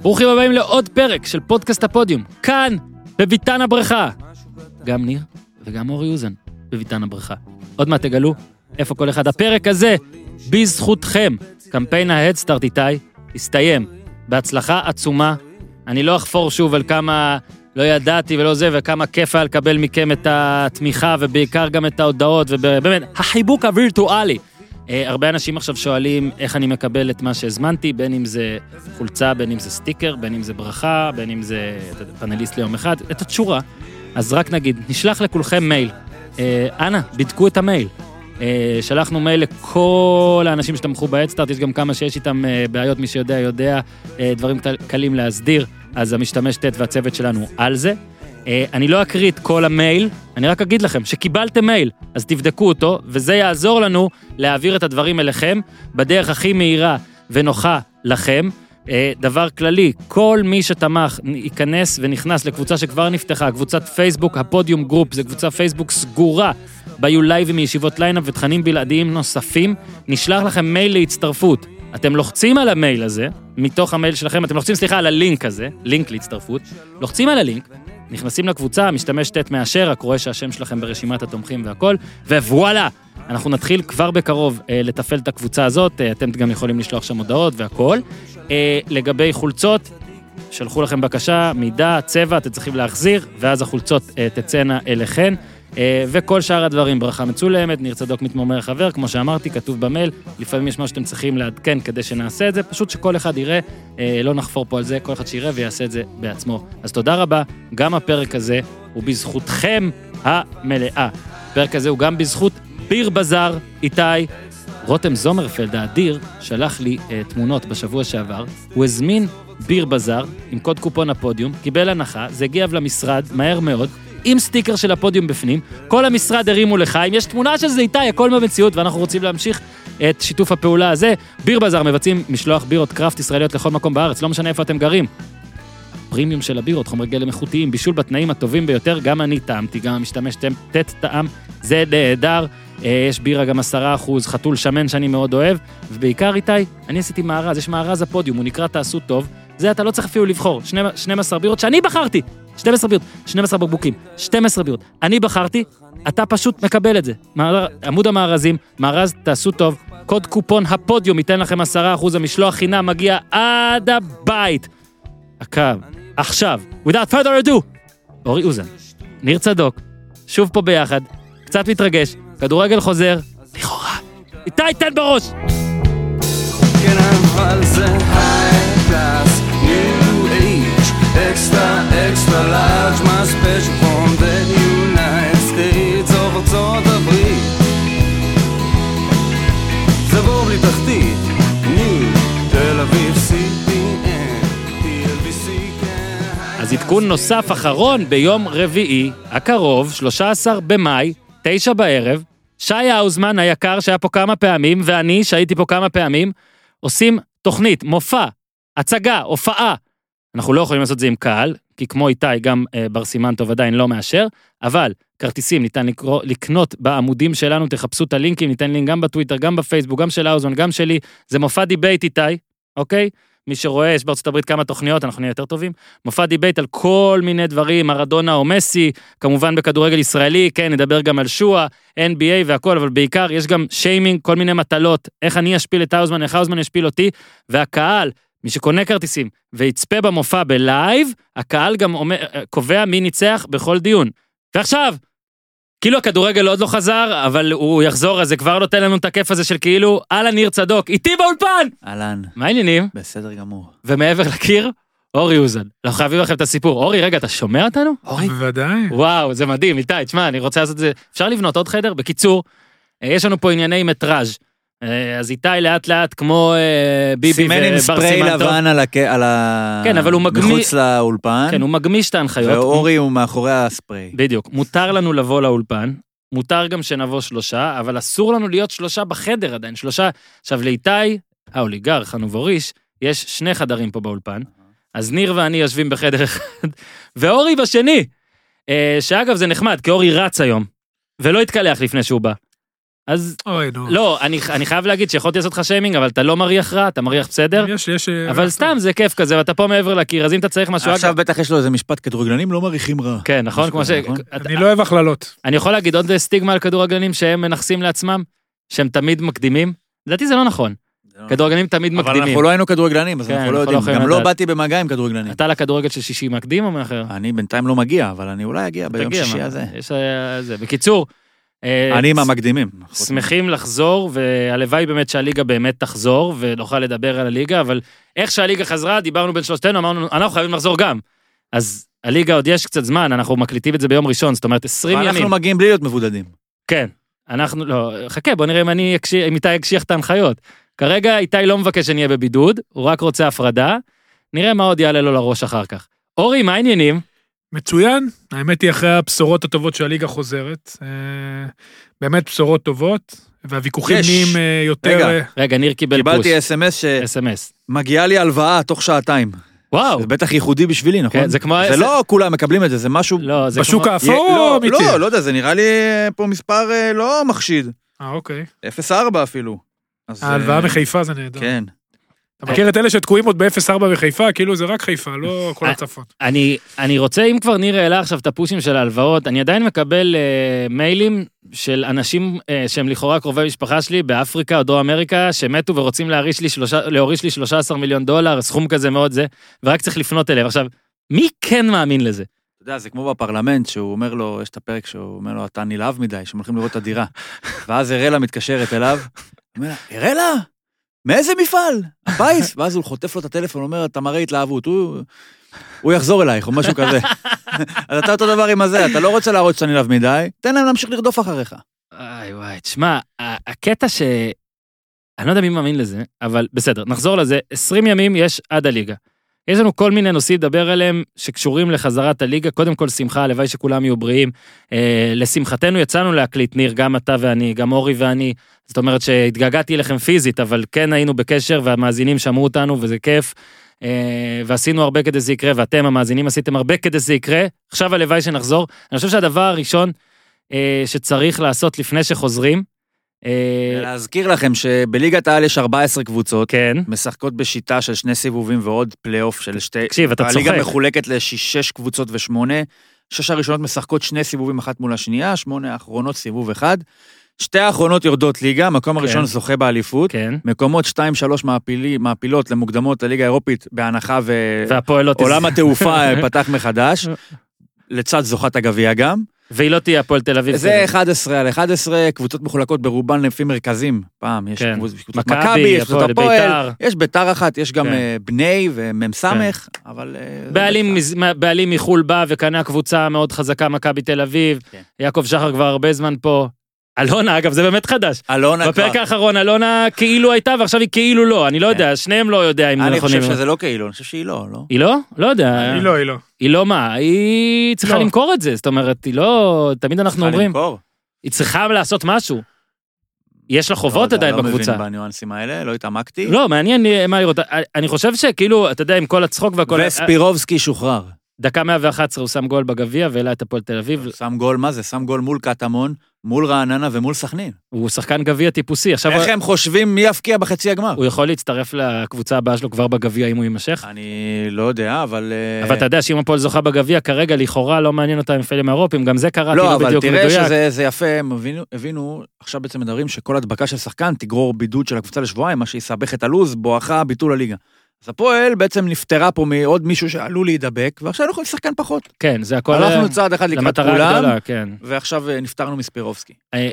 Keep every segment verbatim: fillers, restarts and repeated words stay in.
ברוכים הבאים לעוד פרק של פודקאסט הפודיום, כאן, בביתן הברכה. גם ניר וגם אורי אוזן, בביתן הברכה. עוד מעט תגלו איפה כל אחד. הפרק הזה, בזכותכם, קמפיין ההדסטארט איתי, הסתיים בהצלחה עצומה. אני לא אחפור שוב על כמה לא ידעתי ולא זה, וכמה כיף היה לקבל מכם את התמיכה, ובעיקר גם את ההודעות, ובאמת, החיבוק הווירטואלי. הרבה אנשים עכשיו שואלים איך אני מקבל את מה שהזמנתי, בין אם זה חולצה, בין אם זה סטיקר, בין אם זה ברכה, בין אם זה פאנליסט ליום אחד, את התשורה. אז רק נגיד, נשלח לכולכם מייל. אנא, בדקו את המייל. שלחנו מייל לכל האנשים שתמכו בהדסטארט, יש גם כמה שיש איתם בעיות, מי שיודע יודע, דברים קלים להסדיר, אז המשתמש תת והצוות שלנו על זה. אני לא אקריא את כל המייל, אני רק אגיד לכם שקיבלתם מייל, אז תבדקו אותו, וזה יעזור לנו להעביר את הדברים אליכם, בדרך הכי מהירה ונוחה לכם. דבר כללי, כל מי שתמך ייכנס ונכנס לקבוצה שכבר נפתחה, קבוצת פייסבוק, הפודיום גרופ, זה קבוצה פייסבוק סגורה, ביו לייבים מישיבות ליינאפ ותכנים בלעדיים נוספים, נשלח לכם מייל להצטרפות. אתם לוחצים על המייל הזה, מתוך המייל שלכם, אתם לוחצים, סליחה, על הלינק הזה, לינק להצטרפות, לוחצים על הלינק, נכנסים לקבוצה, משתמש תת מאשר, רק רואה שהשם שלכם ברשימת התומכים והכל, ווואלה, אנחנו נתחיל כבר בקרוב אה, לטפל את הקבוצה הזאת, אה, אתם גם יכולים לשלוח שם הודעות והכל. אה, לגבי חולצות, שלחו לכם בקשה, מידע, צבע, אתם צריכים להחזיר, ואז החולצות אה, תצאנה אליכן, אה, וכל שאר הדברים, ברכה מצולמת, ניר צדוק מתמרמר חבר, כמו שאמרתי, כתוב במייל, לפעמים יש מה שאתם צריכים לעדכן כדי שנעשה את זה, פשוט שכל אחד יראה, אה, לא נחפור פה על זה, כל אחד שיראה ויעשה את זה בעצמו. אז תודה רבה, גם הפרק הזה הוא בזכותכם המלאה. הפרק הזה הוא גם בזכות ביר בזאר, איתי, רותם זומרפלד האדיר, שלח לי uh, תמונות בשבוע שעבר, הוא הזמין ביר בזאר עם קוד קופון הפודיום, קיבל הנחה, זה הגיע למשרד מהר מאוד, עם סטיקר של הפודיום בפנים, כל המשרד הרימו לחיים, יש תמונה של זה איתי, הכל במציאות, ואנחנו רוצים להמשיך את שיתוף הפעולה הזה. ביר בזאר מבצעים משלוח בירות קראפט ישראליות לכל מקום בארץ, לא משנה איפה אתם גרים. הפרימיום של הבירות, חומרי גלם איכותיים, בישול בתנאים הטובים ביותר, גם אני טעמתי, גם המשתמש תת טעם, זה נהדר. יש בירה גם עשרה אחוז, חתול שמן שאני מאוד אוהב, ובעיקר איתי, אני עשיתי מארז, יש מארז הפודיום, הוא נקרא תעשו טוב, זה אתה לא צריך אפילו לבחור, שתים עשרה בירות שאני בחרתי, שתים עשרה בירות, שנים עשר בקבוקים, שתים עשרה בירות, אני בחרתי, אתה פשוט מקבל את זה, עמוד המארזים, מארז תעשו טוב, קוד קופון הפודיום, ייתן לכם עשרה אחוז, המשלוח חינם מגיע עד הבית. הקו, עכשיו, without further ado, אורי אוזן, ניר צדוק, שוב פה ביחד, קצת מתרגש, כדורגל חוזר, לכאורה, איתי תן בראש! כן, אבל זה high class, new age, extra, extra large, my special from the United States of ארצות הברית. זה בור בלי תחתית, new, תל אביב, סי פי אן, טי אל בי סי, כן. אז עדכון נוסף אחרון ביום רביעי, הקרוב, שלושה עשר במאי, תשע בערב, שי האוזמן היקר שהיה פה כמה פעמים, ואני שהייתי פה כמה פעמים, עושים תוכנית, מופע, הצגה, הופעה. אנחנו לא יכולים לעשות את זה עם קהל, כי כמו איתי גם אה, בר סימן טוב עדיין לא מאשר, אבל כרטיסים ניתן לקרוא, לקנות בעמודים שלנו, תחפשו את הלינקים, ניתן לינק גם בטוויטר, גם בפייסבוק, גם של האוזמן, גם שלי, זה מופע דיבייט איתי, אוקיי? מי שרואה, יש בארצות הברית כמה תוכניות, אנחנו נהיה יותר טובים. מופע דיבייט על כל מיני דברים, מרדונה או מסי, כמובן בכדורגל ישראלי, כן, נדבר גם על שואה, אן בי איי והכל, אבל בעיקר יש גם שיימינג, כל מיני מטלות, איך אני אשפיל את האוזמן, איך האוזמן ישפיל אותי, והקהל, מי שקונה כרטיסים, ויצפה במופע בלייב, הקהל גם אומר, קובע מי ניצח בכל דיון. ועכשיו, כאילו הכדורגל עוד לא חזר, אבל הוא יחזור, אז זה כבר נותן לנו את הכיף הזה של כאילו, אהלן ניר צדוק, איתי באולפן! אהלן. מה העניינים? בסדר גמור. ומעבר לקיר, אורי אוזן. אנחנו חייבים לכם את הסיפור. אורי, רגע, אתה שומע אותנו? אורי? בוודאי. וואו, זה מדהים, איתי, תשמע, אני רוצה לעשות את זה. אפשר לבנות עוד חדר? בקיצור, יש לנו פה ענייני מטראז'. אז איתי לאט לאט כמו ביבי ובר סימן טוב. סימן עם ספרי לבן על ה... כן, אבל הוא מגמיש... מחוץ לאולפן. כן, הוא מגמיש את ההנחיות. ואורי הוא מאחורי הספרי. בדיוק. מותר לנו לבוא לאולפן, מותר גם שנבוא שלושה, אבל אסור לנו להיות שלושה בחדר עדיין, שלושה. עכשיו, לאיתי, האוליגרך, הנובוריש, יש שני חדרים פה באולפן, אז ניר ואני יושבים בחדר אחד, ואורי בשני, שאגב זה נחמד, כי אורי רץ היום, ולא התקלח לפני שהוא בא. אז אוי, נו. לא, אני, אני חייב להגיד שיכולתי לעשות לך שיימינג, אבל אתה לא מריח רע, אתה מריח בסדר, יש, יש... אבל סתם זה כיף כזה, ואתה פה מעבר לקיר, אז אם אתה צריך משהו... עכשיו בטח יש לו איזה משפט, כדורגלנים לא מריחים רע. כן, נכון, כמו ש... אני לא אוהב הכללות. אני יכול להגיד עוד סטיגמה על כדורגלנים שהם מנחסים לעצמם, שהם תמיד מקדימים, לדעתי זה לא נכון. כדורגלנים תמיד מקדימים. אבל אנחנו לא היינו כדורגלנים, אז כן, אנחנו לא אנחנו יודעים. לא גם לדעת. לא באתי במגע עם כדורגלנים. אתה לכדורגל של שישי מקדים או מאחר? אני בינתיים לא מגיע, אבל אני אולי אגיע ביום תגיע, שישי מה? הזה. יש אה, זה. בקיצור, אה, אני עם המקדימים. שמחים לחזור, והלוואי באמת שהליגה באמת תחזור, ונוכל לדבר על הליגה, אבל איך שהליגה חזרה, דיברנו בין שלושתנו, אמרנו, אנחנו חייבים לחזור גם. אז הליגה עוד יש קצת זמן, אנחנו מקליטים את זה ביום ראשון, זאת אומרת עשרים ימים. אנחנו מגיעים בלי להיות מבודדים. כן, אנחנו, לא, חכה, בוא נראה אם אני אקשיח, אם איתי יקשיח את ההנחיות. כרגע איתי לא מבקש שנהיה בבידוד, הוא רק רוצה הפרדה, נראה מה עוד יעלה לו לראש אחר כך. אורי, מה העניינים? מצוין, האמת היא אחרי הבשורות הטובות שהליגה חוזרת, באמת בשורות טובות, והוויכוחים יש. נהיים יותר... רגע. רגע, ניר קיבל פוש. קיבלתי אס אם אס אס אם אס. שמגיעה לי הלוואה תוך שעתיים. וואו. זה בטח ייחודי בשבילי, נכון? כן, זה כמו... זה לא כולם מקבלים את זה, זה משהו... לא, זה בשוק כמו... האפור לא, או אמיתי? לא, לא יודע, זה נראה לי פה מספר אה, לא מחשיד. אה, אוקיי. אפס ארבע אפילו. אז, ההלוואה אה, מחיפה זה נהדר. כן. אתה מכיר את אלה שתקועים עוד ב-אפס ארבע בחיפה? כאילו זה רק חיפה, לא כל הצפון. אני, אני רוצה, אם כבר ניר העלה עכשיו את הפושים של ההלוואות, אני עדיין מקבל אה, מיילים של אנשים אה, שהם לכאורה קרובי משפחה שלי באפריקה או דרום אמריקה, שמתו ורוצים להוריש לי, שלושה, להוריש לי שלושה עשר מיליון דולר, סכום כזה מאוד זה, ורק צריך לפנות אליהם. עכשיו, מי כן מאמין לזה? אתה יודע, זה כמו בפרלמנט, שהוא אומר לו, יש את הפרק שהוא אומר לו, אתה נלהב מדי, שהם הולכים לראות את הדירה. ואז הרלה מתקשרת אליו, אומר לה, הרלה? מאיזה מפעל? הפיס? ואז הוא חוטף לו את הטלפון, אומר, אתה מראה התלהבות, הוא, הוא יחזור אלייך, או משהו כזה. אז אתה אותו דבר עם הזה, אתה לא רוצה להראות שאתה נלהב מדי, תן להם להמשיך לרדוף אחריך. וואי וואי, תשמע, הקטע ש... אני לא יודע מי מאמין לזה, אבל בסדר, נחזור לזה, עשרים ימים יש עד הליגה. יש לנו כל מיני נושאים לדבר עליהם שקשורים לחזרת הליגה, קודם כל שמחה, הלוואי שכולם יהיו בריאים. אה, לשמחתנו יצאנו להקליט, ניר, גם אתה ואני, גם אורי ואני, זאת אומרת שהתגעגעתי אליכם פיזית, אבל כן היינו בקשר והמאזינים שמעו אותנו וזה כיף, אה, ועשינו הרבה כדי זה יקרה, ואתם המאזינים עשיתם הרבה כדי זה יקרה, עכשיו הלוואי שנחזור. אני חושב שהדבר הראשון אה, שצריך לעשות לפני שחוזרים, להזכיר לכם שבליגת העל יש ארבע עשרה קבוצות, כן. משחקות בשיטה של שני סיבובים ועוד פלייאוף של שתי... תקשיב, אתה צוחק. הליגה מחולקת לשש קבוצות ושמונה, שש הראשונות משחקות שני סיבובים אחת מול השנייה, שמונה האחרונות סיבוב אחד, שתי האחרונות יורדות ליגה, מקום הראשון זוכה באליפות, כן. מקומות שתיים שלוש מעפילי, מעפילות למוקדמות הליגה האירופית בהנחה והפועל ועולם התעופה פתח מחדש, לצד זוכת הגביע גם. והיא לא תהיה הפועל תל אביב. זה אחת עשרה על אחת עשרה, קבוצות מחולקות ברובן לפי מרכזים. פעם יש כן. קבוצות מכבי, מכבי, יש הפועל, קבוצות הפועל, בית"ר. יש בית"ר אחת, יש גם כן. אה, בני ומ"סמך, אבל... אה, זה בעלים, בית"ר. מז- בעלים מחול בא וקנה קבוצה מאוד חזקה, מכבי תל אביב. כן. יעקב שחר כבר הרבה זמן פה. אלונה, אגב, זה באמת חדש. אלונה כבר. בפרק האחרון, אלונה כאילו הייתה, ועכשיו היא כאילו לא. אני לא יודע, שניהם לא יודע אם אני נכונים. חושב שזה לא כאילו, אני חושב שהיא לא, לא? היא לא? לא יודע. היא לא, היא לא. היא לא מה? היא צריכה לא. למכור את זה. זאת אומרת, היא לא... תמיד אנחנו צריכה אומרים, למכור? היא צריכה לעשות משהו. יש לה לא חובות יודע, עדיין בקבוצה. לא מבין בניואנסים האלה, לא התעמקתי. לא, מעניין לי מה לראות. אני חושב שכאילו, אתה יודע, עם כל הצחוק והכל... וספירובסקי שוחרר. דקה מאה ואחת עשרה הוא שם גול בגביע, והעלה את הפועל תל אביב. שם גול, מה זה? שם גול מול קטמון, מול רעננה ומול סכנין. הוא שחקן גביע טיפוסי. עכשיו איך הם חושבים מי יפקיע בחצי הגמר? הוא יכול להצטרף לקבוצה הבאה שלו כבר בגביע אם הוא יימשך. אני לא יודע, אבל... אבל אתה יודע שאם הפועל זוכה בגביע, כרגע לכאורה לא מעניין אותה עם פלם האירופים, גם זה קראתי לא, לא אבל בדיוק תראה מדויק. שזה זה יפה, הם הבינו, הבינו, עכשיו בעצם מדברים שכל הדבקה של שחקן תגרור בידוד של הקבוצה לשבועיים, מה שיסבך את הלוז, בואכה ביטול הליגה. אז הפועל בעצם נפטרה פה מעוד מישהו שעלול להידבק, ועכשיו אנחנו שחקן פחות. כן, זה הכל... הלכנו צעד אחד לקראת למטרה כולם, הגדולה, כן. ועכשיו נפטרנו מספירובסקי.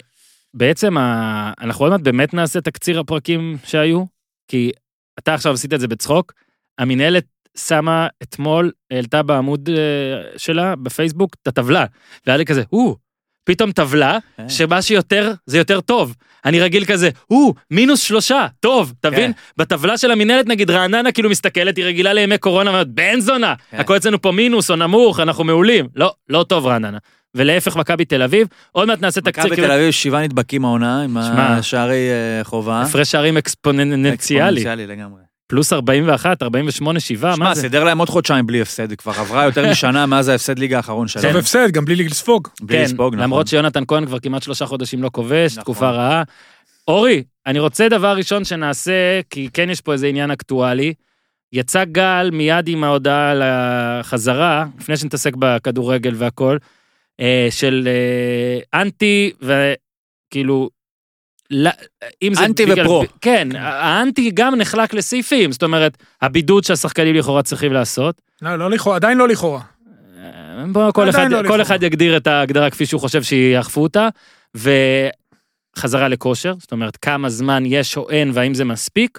בעצם ה- אנחנו עוד מעט באמת נעשה תקציר הפרקים שהיו, כי אתה עכשיו עשית את זה בצחוק, המנהלת שמה אתמול, העלתה בעמוד אה, שלה בפייסבוק את הטבלה, והיה לי כזה, או, פתאום טבלה, כן. שמה שיותר זה יותר טוב. אני רגיל כזה, או, מינוס שלושה, טוב, תבין? כן. בטבלה של המנהלת נגיד רעננה כאילו מסתכלת, היא רגילה לימי קורונה, אומרת, בן זונה, כן. הכל אצלנו פה מינוס או נמוך, אנחנו מעולים. לא, לא טוב רעננה. ולהפך מכבי תל אביב, עוד מעט נעשה תקציר. מכבי תל אביב שבעה נדבקים העונה, עם שמע, השערי אה, חובה. הפרש שערים אקספוננציאלי. אקספוננציאלי לגמרי. פלוס ארבעים ואחת, ארבעים ושמונה, שבעה, שמע, מה זה? סדר להם עוד חודשיים בלי הפסד, כבר עברה יותר משנה מאז ההפסד ליגה האחרון שלהם. טוב הפסד, גם בלי לספוג. בלי כן, לספוג, נכון. למרות שיונתן כהן כבר כמעט שלושה חודשים לא כובש, נכון. תקופה רעה. אורי, אני רוצה דבר ראשון שנעשה, כי כן יש פה איזה עניין אקטואלי, יצא גל מיד עם ההודעה על החזרה, לפני שנתעסק בכדורגל והכל, של אנטי וכאילו, אם זה... אנטי ופרו. כן, האנטי גם נחלק לסעיפים, זאת אומרת, הבידוד שהשחקנים לכאורה צריכים לעשות. לא, לא לכאורה, עדיין לא לכאורה. בוא, כל אחד, לא כל לכאורה. אחד יגדיר את ההגדרה כפי שהוא חושב שיאכפו אותה, וחזרה לכושר, זאת אומרת, כמה זמן יש או אין, והאם זה מספיק,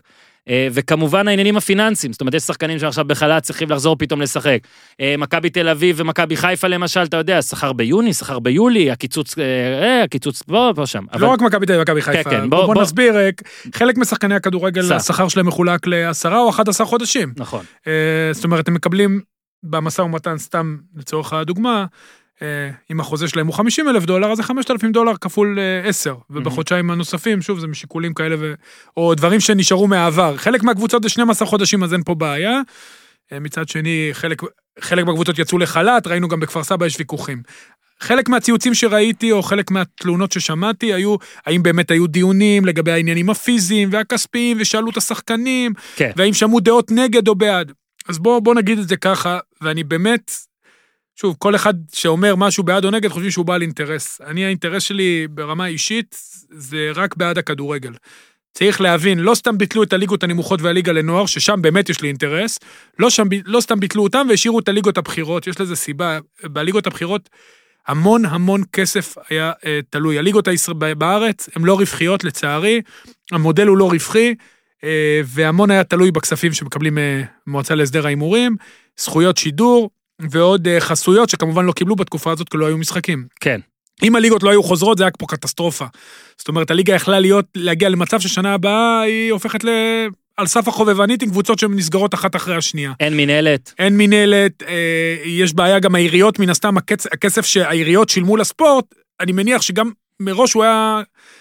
וכמובן העניינים הפיננסיים, זאת אומרת, יש שחקנים שעכשיו בחל"ת צריכים לחזור פתאום לשחק. מכבי תל אביב ומכבי חיפה למשל, אתה יודע, שכר ביוני, שכר ביולי, הקיצוץ, אה, הקיצוץ פה, פה שם. לא רק מכבי תל אביב ומכבי חיפה. כן, בוא, בוא- בוא נסביר, חלק משחקני הכדורגל, סע. השכר שלהם מחולק לעשרה או אחד עשר חודשים. נכון. אה, זאת אומרת, הם מקבלים במשא ומתן, סתם לצורך הדוגמה, אה, אם החוזה שלהם הוא חמישים אלף דולר, אז זה חמשת אלפים דולר כפול אה, עשר, ובחודשיים הנוספים, שוב, זה משיקולים כאלה, ו... או דברים שנשארו מהעבר. חלק מהקבוצות זה שנים עשר חודשים, אז אין פה בעיה. אה, מצד שני, חלק, חלק מהקבוצות יצאו לחל"ת, ראינו גם בכפר סבא יש ויכוחים. חלק מהציוצים שראיתי, או חלק מהתלונות ששמעתי, היו, האם באמת היו דיונים לגבי העניינים הפיזיים והכספיים, ושאלו את השחקנים, כן. והאם שמעו דעות נגד או בעד. אז בוא, בוא נגיד את זה ככה, ואני באמת, שוב, כל אחד שאומר משהו בעד או נגד, חושבים שהוא בעל אינטרס. אני, האינטרס שלי ברמה אישית, זה רק בעד הכדורגל. צריך להבין, לא סתם ביטלו את הליגות הנמוכות והליגה לנוער, ששם באמת יש לי אינטרס, לא, שם, לא סתם ביטלו אותם והשאירו את הליגות הבחירות, יש לזה סיבה, בליגות הבחירות, המון המון כסף היה אה, תלוי. הליגות הישראל, בארץ, הן לא רווחיות לצערי, המודל הוא לא רווחי, אה, והמון היה תלוי בכספים שמקבלים אה, מועצה להסדר האימורים, זכויות שידור, ועוד אה, חסויות שכמובן לא קיבלו בתקופה הזאת, כי לא היו משחקים. כן. אם הליגות לא היו חוזרות, זה היה פה קטסטרופה. זאת אומרת, הליגה יכלה להיות, להגיע למצב ששנה הבאה, היא הופכת ל... על סף החובבנית עם קבוצות שנסגרות אחת אחרי השנייה. אין מנהלת. אין מנהלת, אה, יש בעיה גם העיריות, מן הסתם הכסף, הכסף שהעיריות שילמו לספורט, אני מניח שגם מראש הוא היה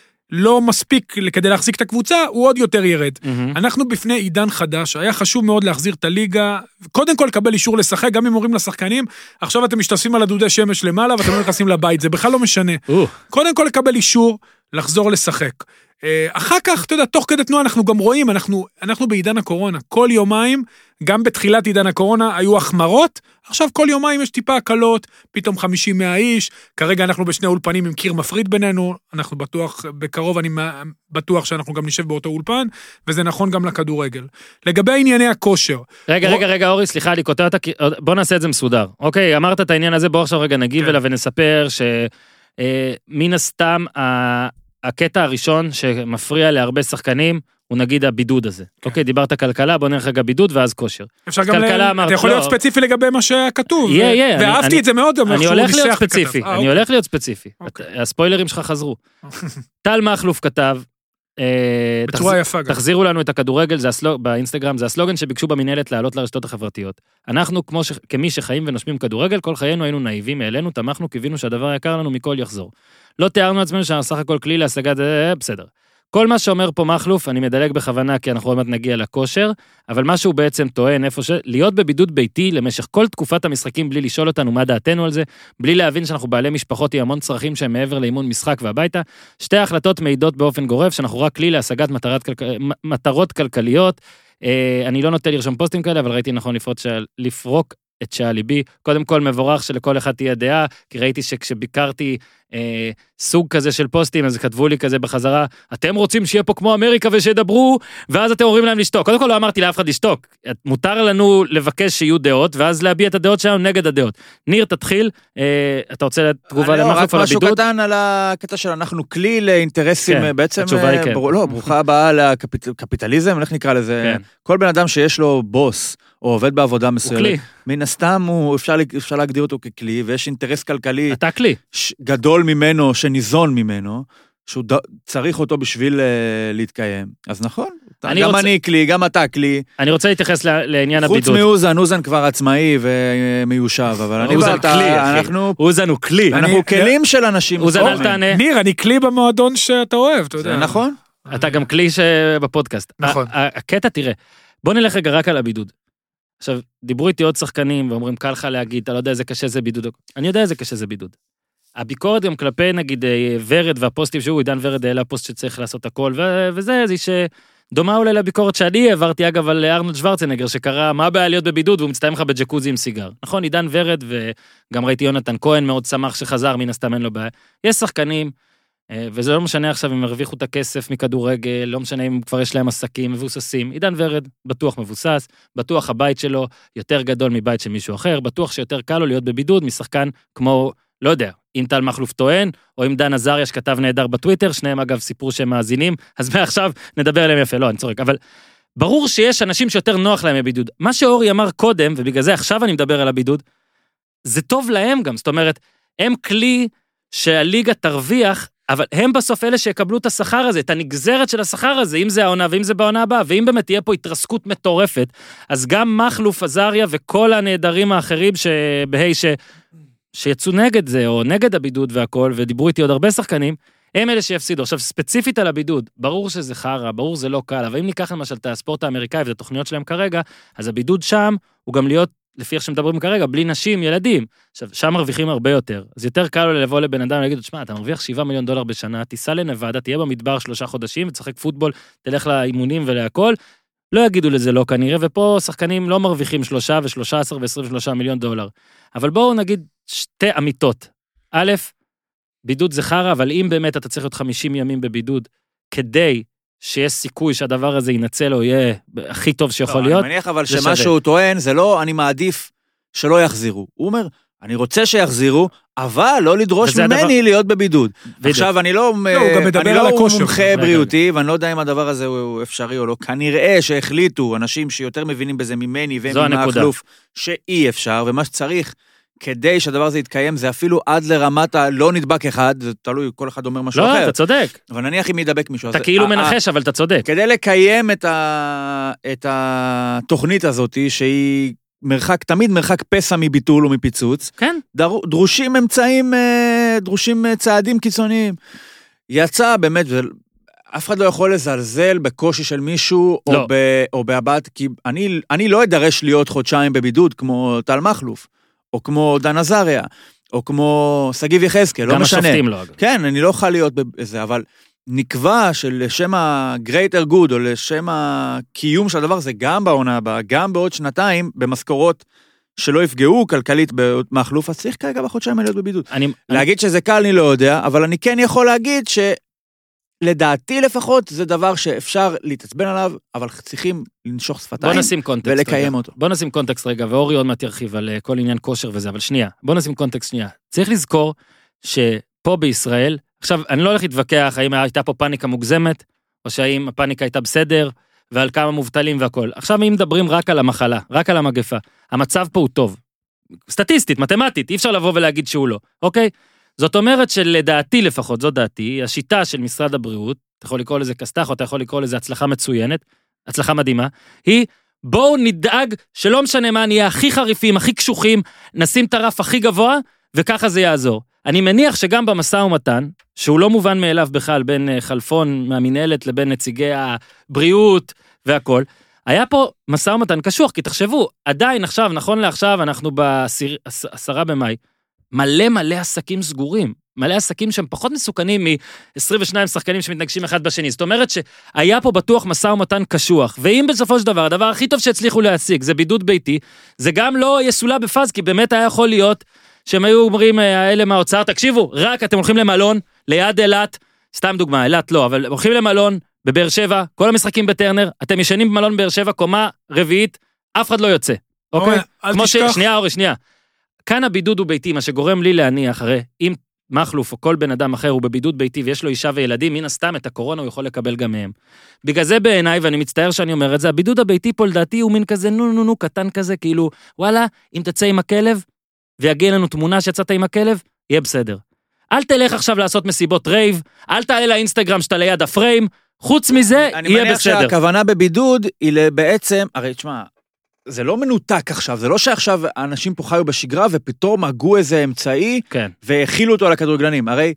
לא מספיק כדי להחזיק את הקבוצה, הוא עוד יותר ירד. מהמם. אנחנו בפני עידן חדש, היה חשוב מאוד להחזיר את הליגה, קודם כל לקבל אישור לשחק, גם אם אומרים לשחקנים, עכשיו אתם משתתפים על הדודי שמש למעלה, ואתם לא נכנסים לבית, זה בכלל לא משנה. או, קודם כל לקבל אישור, לחזור לשחק. אחר כך, אתה יודע, תוך כדי תנועה אנחנו גם רואים, אנחנו, אנחנו בעידן הקורונה, כל יומיים, גם בתחילת עידן הקורונה, היו החמרות, עכשיו כל יומיים יש טיפה הקלות, פתאום חמישים מאה איש, כרגע אנחנו בשני אולפנים עם קיר מפריד בינינו, אנחנו בטוח, בקרוב אני בטוח שאנחנו גם נשב באותו אולפן, וזה נכון גם לכדורגל. לגבי ענייני הכושר. רגע, רוא- רגע, רגע, אורי, סליחה, אני קוטע אותה, כי- בוא נעשה את זה מסודר. אוקיי, אמרת את העניין הזה, בוא עכשיו רגע נגיב כן. אליו ונספר שמן הסתם ה- הקטע הראשון שמפריע להרבה שחקנים, הוא נגיד הבידוד הזה. אוקיי, דיברת כלכלה, בוא נלך רגע בידוד ואז כושר. אפשר גם, כלכלה ל... אמרת, אתה יכול לא. להיות ספציפי לגבי מה שהיה כתוב. יהיה, ו- יהיה, אני- ואהבתי אני- את זה מאוד, גם איך אני שהוא הולך להיות ניסח וכתב. ספציפי, אה, אני הולך להיות ספציפי. אוקיי. הספוילרים שלך חזרו. טל מחלוף כתב, אה, בצורה תחז- יפה גם. תחזירו לנו את הכדורגל, זה הסלוג, באינסטגרם, זה הסלוגן שביקשו במנהלת לעלות לרשתות החברתיות. אנחנו, כמו ש... כמי שחיים ונושמים כדורגל, כל חיינו היינו נאיבים, העלינו, תמכנו, קיווינו שהדבר היקר לנו מכל יחזור. לא תיארנו לעצמנו שאנחנו סך הכל כלי להשגת, אה, בסדר. כל מה שאומר פה מחלוף, אני מדלג בכוונה, כי אנחנו עוד מעט נגיע לכושר, אבל מה שהוא בעצם טוען, איפה ש... להיות בבידוד ביתי למשך כל תקופת המשחקים, בלי לשאול אותנו מה דעתנו על זה, בלי להבין שאנחנו בעלי משפחות עם המון צרכים שהם מעבר לאימון משחק והביתה, שתי החלטות מעידות באופן גורף, שאנחנו רק כלי להשגת מטרת כל... מטרות כלכליות. אה, אני לא נוטה לרשום פוסטים כאלה, אבל ראיתי נכון לפרוט של... לפרוק את שעל ליבי. קודם כל מבורך שלכל אחד תהיה דעה, כי ראיתי שכשביקרתי אה, סוג כזה של פוסטים, אז כתבו לי כזה בחזרה, אתם רוצים שיהיה פה כמו אמריקה ושידברו, ואז אתם אומרים להם לשתוק. קודם כל לא אמרתי לאף אחד לשתוק, מותר לנו לבקש שיהיו דעות, ואז להביע את הדעות שלנו נגד הדעות. ניר, תתחיל, אה, אתה רוצה תגובה לא, למחלוף על רק משהו הבידוד? קטן על הקטע של אנחנו כלי לאינטרסים, כן, בעצם, התשובה היא כן. בר- לא, ברוכה הבאה לקפיטליזם, איך נקרא לזה? כן. כל בן אדם שיש לו בוס, או עובד בעבודה הוא מסוימת, כלי, מן הסתם הוא, אפשר, אפשר להגדיר אותו ככלי, ויש אינטרס כלכלי אתה כלי. ש- גדול ממנו, שניזון ממנו, שהוא ד... צריך אותו בשביל uh, להתקיים. אז נכון, אני גם רוצה- אני כלי, גם אתה כלי. אני רוצה להתייחס ל- לעניין חוץ הבידוד. מאוזן, אוזן כבר עצמאי ומיושב, אבל אני אוזן ואתה, כלי, אחי. אנחנו, אוזן הוא כלי. אנחנו אני- כלים של אנשים. אוזן, מסוימים. אל תענה. ניר, אני כלי במועדון שאתה אוהב, אתה יודע. זה נכון? אתה גם כלי שבפודקאסט. נכון. ה- ה- הקטע, תראה, בוא נלך רגע רק על הבידוד. עכשיו, דיברו איתי עוד שחקנים, ואומרים, קל לך להגיד, אתה לא יודע איזה קשה זה בידוד. אני יודע איזה קשה זה בידוד. הביקורת גם כלפי, נגיד, ורד והפוסטים שהוא, עידן ורד העלה פוסט שצריך לעשות הכל, ו- וזה, זה שדומה אולי לביקורת שאני העברתי, אגב, על ארנולד שוורצנגר, שקרא, מה הבעיה להיות בבידוד, והוא מצטעם לך בג'קוזי עם סיגר. נכון, עידן ורד, וגם ראיתי יונתן כהן מאוד שמח שחזר, מן הסתם אין לו בעיה. יש שחקנים, וזה לא משנה עכשיו אם הרוויחו את הכסף מכדורגל, לא משנה אם כבר יש להם עסקים מבוססים. עידן ורד, בטוח מבוסס, בטוח הבית שלו יותר גדול מבית של מישהו אחר, בטוח שיותר קל לו להיות בבידוד משחקן כמו, לא יודע, אם טל מחלוף טוען, או אם דן עזריה שכתב נהדר בטוויטר, שניהם אגב סיפרו שהם מאזינים, אז מעכשיו נדבר עליהם יפה, לא, אני צורק, אבל ברור שיש אנשים שיותר נוח להם בבידוד. מה שאורי אמר קודם, ובגלל זה עכשיו אני מדבר על הבידוד, זה טוב להם גם, זאת אומרת, הם כלי שהליגה תרוויח, אבל הם בסוף אלה שיקבלו את השכר הזה, את הנגזרת של השכר הזה, אם זה העונה ואם זה בעונה הבאה, ואם באמת תהיה פה התרסקות מטורפת, אז גם מחלוף עזריה וכל הנהדרים האחרים שבהי ש... שיצאו נגד זה, או נגד הבידוד והכל, ודיברו איתי עוד הרבה שחקנים, הם אלה שיפסידו. עכשיו, ספציפית על הבידוד, ברור שזה חרה, ברור זה לא קל, אבל אם ניקח למשל את הספורט האמריקאי ואת התוכניות שלהם כרגע, אז הבידוד שם הוא גם להיות, לפי איך שמדברים כרגע, בלי נשים, ילדים. עכשיו, שם מרוויחים הרבה יותר. אז יותר קל לו לבוא לבן אדם ולהגיד, תשמע, אתה מרוויח שבעה מיליון דולר בשנה, תיסע לנבדה, תהיה במדבר שלושה חודשים, ותשחק פוטבול, תלך לאימונים ולהכל. לא יגידו לזה לא כנראה, ופה שחקנים לא מרוויחים שלושה ושלושה עשר ועשרים ושלושה מיליון דולר. אבל בואו נגיד שתי אמיתות. א', בידוד זה חרה, אבל אם באמת אתה צריך להיות חמישים ימים בבידוד, כדי שיש סיכוי שהדבר הזה ינצל או יהיה הכי טוב שיכול להיות. אני מניח אבל שמה שהוא טוען, זה לא, אני מעדיף שלא יחזירו. הוא אומר, אני רוצה שיחזירו, אבל לא לדרוש ממני להיות בבידוד. עכשיו, אני לא מומחה בריאותי, ואני לא יודע אם הדבר הזה הוא אפשרי או לא. כנראה שהחליטו אנשים שיותר מבינים בזה ממני ומהחלוף, שאי אפשר, ומה שצריך, כדי שהדבר הזה יתקיים, זה אפילו עד לרמת הלא נדבק אחד, זה תלוי, כל אחד אומר משהו אחר. לא, אתה צודק. אבל נניח אם ידבק מישהו. אתה כאילו מנחש, אבל אתה צודק. כדי לקיים את התוכנית הזאת, שהיא מרחק, תמיד מרחק פסע מביטול ומפיצוץ, כן. דרושים אמצעים, דרושים צעדים קיצוניים. יצא באמת, אף אחד לא יכול לזלזל בקושי של מישהו, לא. או בהבאת, כי אני, אני לא אדרש להיות חודשיים בבידוד, כמו טל מחלוף. או כמו דן עזריה, או כמו סגיב יחזקאל, לא משנה. גם השופטים לא, אגב. כן, אני לא אוכל להיות בזה, אבל נקבע שלשם ה-greater good, או לשם הקיום של הדבר הזה, גם בעונה הבאה, גם בעוד שנתיים, במשכורות שלא יפגעו כלכלית במחלוף, אז צריך כרגע בחודשיים להיות בבידוד. אני, להגיד אני... שזה קל, אני לא יודע, אבל אני כן יכול להגיד ש... לדעתי לפחות, זה דבר שאפשר להתעצבן עליו, אבל צריכים לנשוך שפתיים ולקיים אותו. בוא נשים קונטקסט רגע, ואורי עוד מעט ירחיב על כל עניין כושר וזה, אבל שנייה, בוא נשים קונטקסט שנייה. צריך לזכור שפה בישראל, עכשיו, אני לא הולך להתווכח האם הייתה פה פאניקה מוגזמת, או שהאם הפאניקה הייתה בסדר, ועל כמה מובטלים והכל. עכשיו, אם מדברים רק על המחלה, רק על המגפה, המצב פה הוא טוב. סטטיסטית, מתמטית, אי אפשר לבוא ולהגיד שהוא לא, אוקיי? זאת אומרת שלדעתי לפחות, זאת דעתי, השיטה של משרד הבריאות, אתה יכול לקרוא לזה כסתח, או אתה יכול לקרוא לזה הצלחה מצוינת, הצלחה מדהימה, היא בואו נדאג שלא משנה מה, נהיה הכי חריפים, הכי קשוחים, נשים את הרף הכי גבוה, וככה זה יעזור. אני מניח שגם במשא ומתן, שהוא לא מובן מאליו בכלל, בין חלפון מהמנהלת לבין נציגי הבריאות והכל, היה פה משא ומתן קשוח, כי תחשבו, עדיין עכשיו, נכון לעכשיו, אנחנו בעשרה במאי, מלא מלא עסקים סגורים, מלא עסקים שהם פחות מסוכנים מ-עשרים ושניים שחקנים שמתנגשים אחד בשני, זאת אומרת שהיה פה בטוח משא ומתן קשוח, ואם בסופו של דבר, הדבר הכי טוב שהצליחו להשיג, זה בידוד ביתי, זה גם לא יסולה בפז, כי באמת היה יכול להיות, שהם היו אומרים, האלה מהאוצר, תקשיבו, רק אתם הולכים למלון, ליד אלת, סתם דוגמה, אלת לא, אבל הולכים למלון, בבאר שבע, כל המשחקים בטרנר, אתם ישנים במלון באר שבע, קומה רביעית, אף אחד לא יוצא, אוקיי? כמו ש... שנייה, אורי, שנייה. כאן הבידוד הוא ביתי, מה שגורם לי להניח, הרי אם מחלוף או כל בן אדם אחר הוא בבידוד ביתי ויש לו אישה וילדים, מן הסתם את הקורונה הוא יכול לקבל גם מהם. בגלל זה בעיניי, ואני מצטער שאני אומר את זה, הבידוד הביתי פה לדעתי הוא מין כזה נו נו נו קטן כזה, כאילו, וואלה, אם תצא עם הכלב, ויגיע לנו תמונה שיצאת עם הכלב, יהיה בסדר. אל תלך עכשיו לעשות מסיבות רייב, אל תעלה לאינסטגרם שאתה ליד הפריים, חוץ מזה, יהיה בסדר. אני מניח שהכוונה בבידוד היא בעצם, הרי תשמע, זה לא מנותק עכשיו, זה לא שעכשיו האנשים פה חיו בשגרה, ופתאום הגו איזה אמצעי, כן. והכילו אותו על הכדורגלנים. הרי,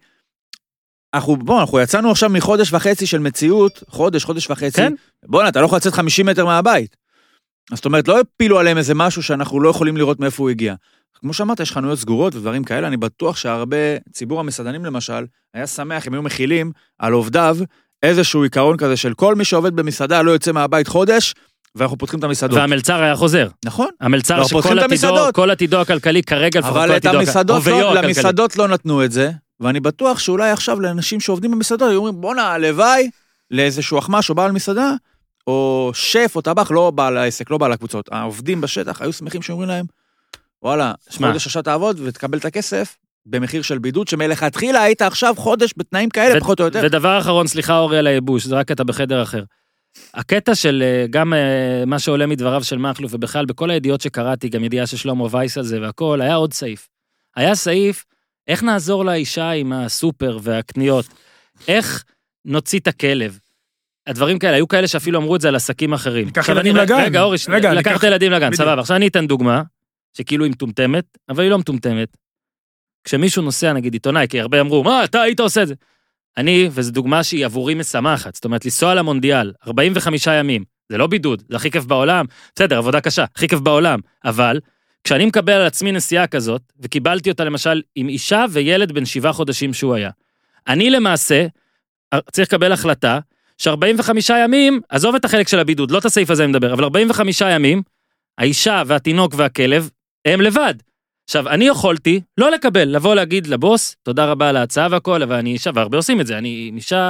אנחנו, בוא, אנחנו יצאנו עכשיו מחודש וחצי של מציאות, חודש, חודש וחצי, כן. בוא, אתה לא יכול לצאת חמישים מטר מהבית. אז זאת אומרת, לא הפילו עליהם איזה משהו שאנחנו לא יכולים לראות מאיפה הוא הגיע. כמו שאמרת, יש חנויות סגורות ודברים כאלה, אני בטוח שהרבה, ציבור המסעדנים למשל, היה שמח אם היו מכילים על עובדיו איזשהו עיקרון כזה של כל מי שעובד במסעדה לא יוצא מהבית חודש, ואנחנו פותחים את המסעדות. והמלצר היה חוזר. נכון. המלצר שכל עתידו, כל עתידו הכלכלי כרגע לפחות כל עתידו הכלכלי. אבל למסעדות לא נתנו את זה, ואני בטוח שאולי עכשיו לאנשים שעובדים במסעדות, היו אומרים, בוא נע, לוואי, לאיזשהו אחמש או בעל מסעדה, או שף או טבח, לא בעל העסק, לא בעל הקבוצות. העובדים בשטח היו שמחים שאומרים להם, וואלה, חודש השעה תעבוד ותקבל את הכסף במחיר של בידוד, שמלכתחילה היית עכשיו חודש בתנאים כאלה, פחות או יותר. ודבר אחרון, סליחה אורי על הייבוש, זה רק אתה בחדר אחר. הקטע של גם מה שעולה מדבריו של מחלוף, ובכלל בכל הידיעות שקראתי, גם ידיעה של שלמה וייס על זה והכל, היה עוד סעיף. היה סעיף, איך נעזור לאישה עם הסופר והקניות? איך נוציא את הכלב? הדברים כאלה, היו כאלה שאפילו אמרו את זה על עסקים אחרים. לקח ילדים לגן. רגע, אורי, לקחת ילדים לגן, סבבה. עכשיו אני אתן דוגמה, שכאילו היא מטומטמת, אבל היא לא מטומטמת. כשמישהו נוסע, נגיד עיתונאי, כי הרבה אמרו, מה, אתה היית עושה את זה? אני, וזו דוגמה שהיא עבורי משמחת, זאת אומרת, לנסוע למונדיאל, ארבעים וחמישה ימים, זה לא בידוד, זה הכי כיף בעולם, בסדר, עבודה קשה, הכי כיף בעולם, אבל כשאני מקבל על עצמי נסיעה כזאת, וקיבלתי אותה למשל עם אישה וילד בן שבעה חודשים שהוא היה, אני למעשה צריך לקבל החלטה, ש-ארבעים וחמישה ימים, עזוב את החלק של הבידוד, לא את הסעיף הזה אני מדבר, אבל ארבעים וחמישה ימים, האישה והתינוק והכלב, הם לבד. עכשיו, אני יכולתי לא לקבל, לבוא להגיד לבוס, תודה רבה על ההצעה והכל, אבל אני אישה, והרבה עושים את זה, אני אישה,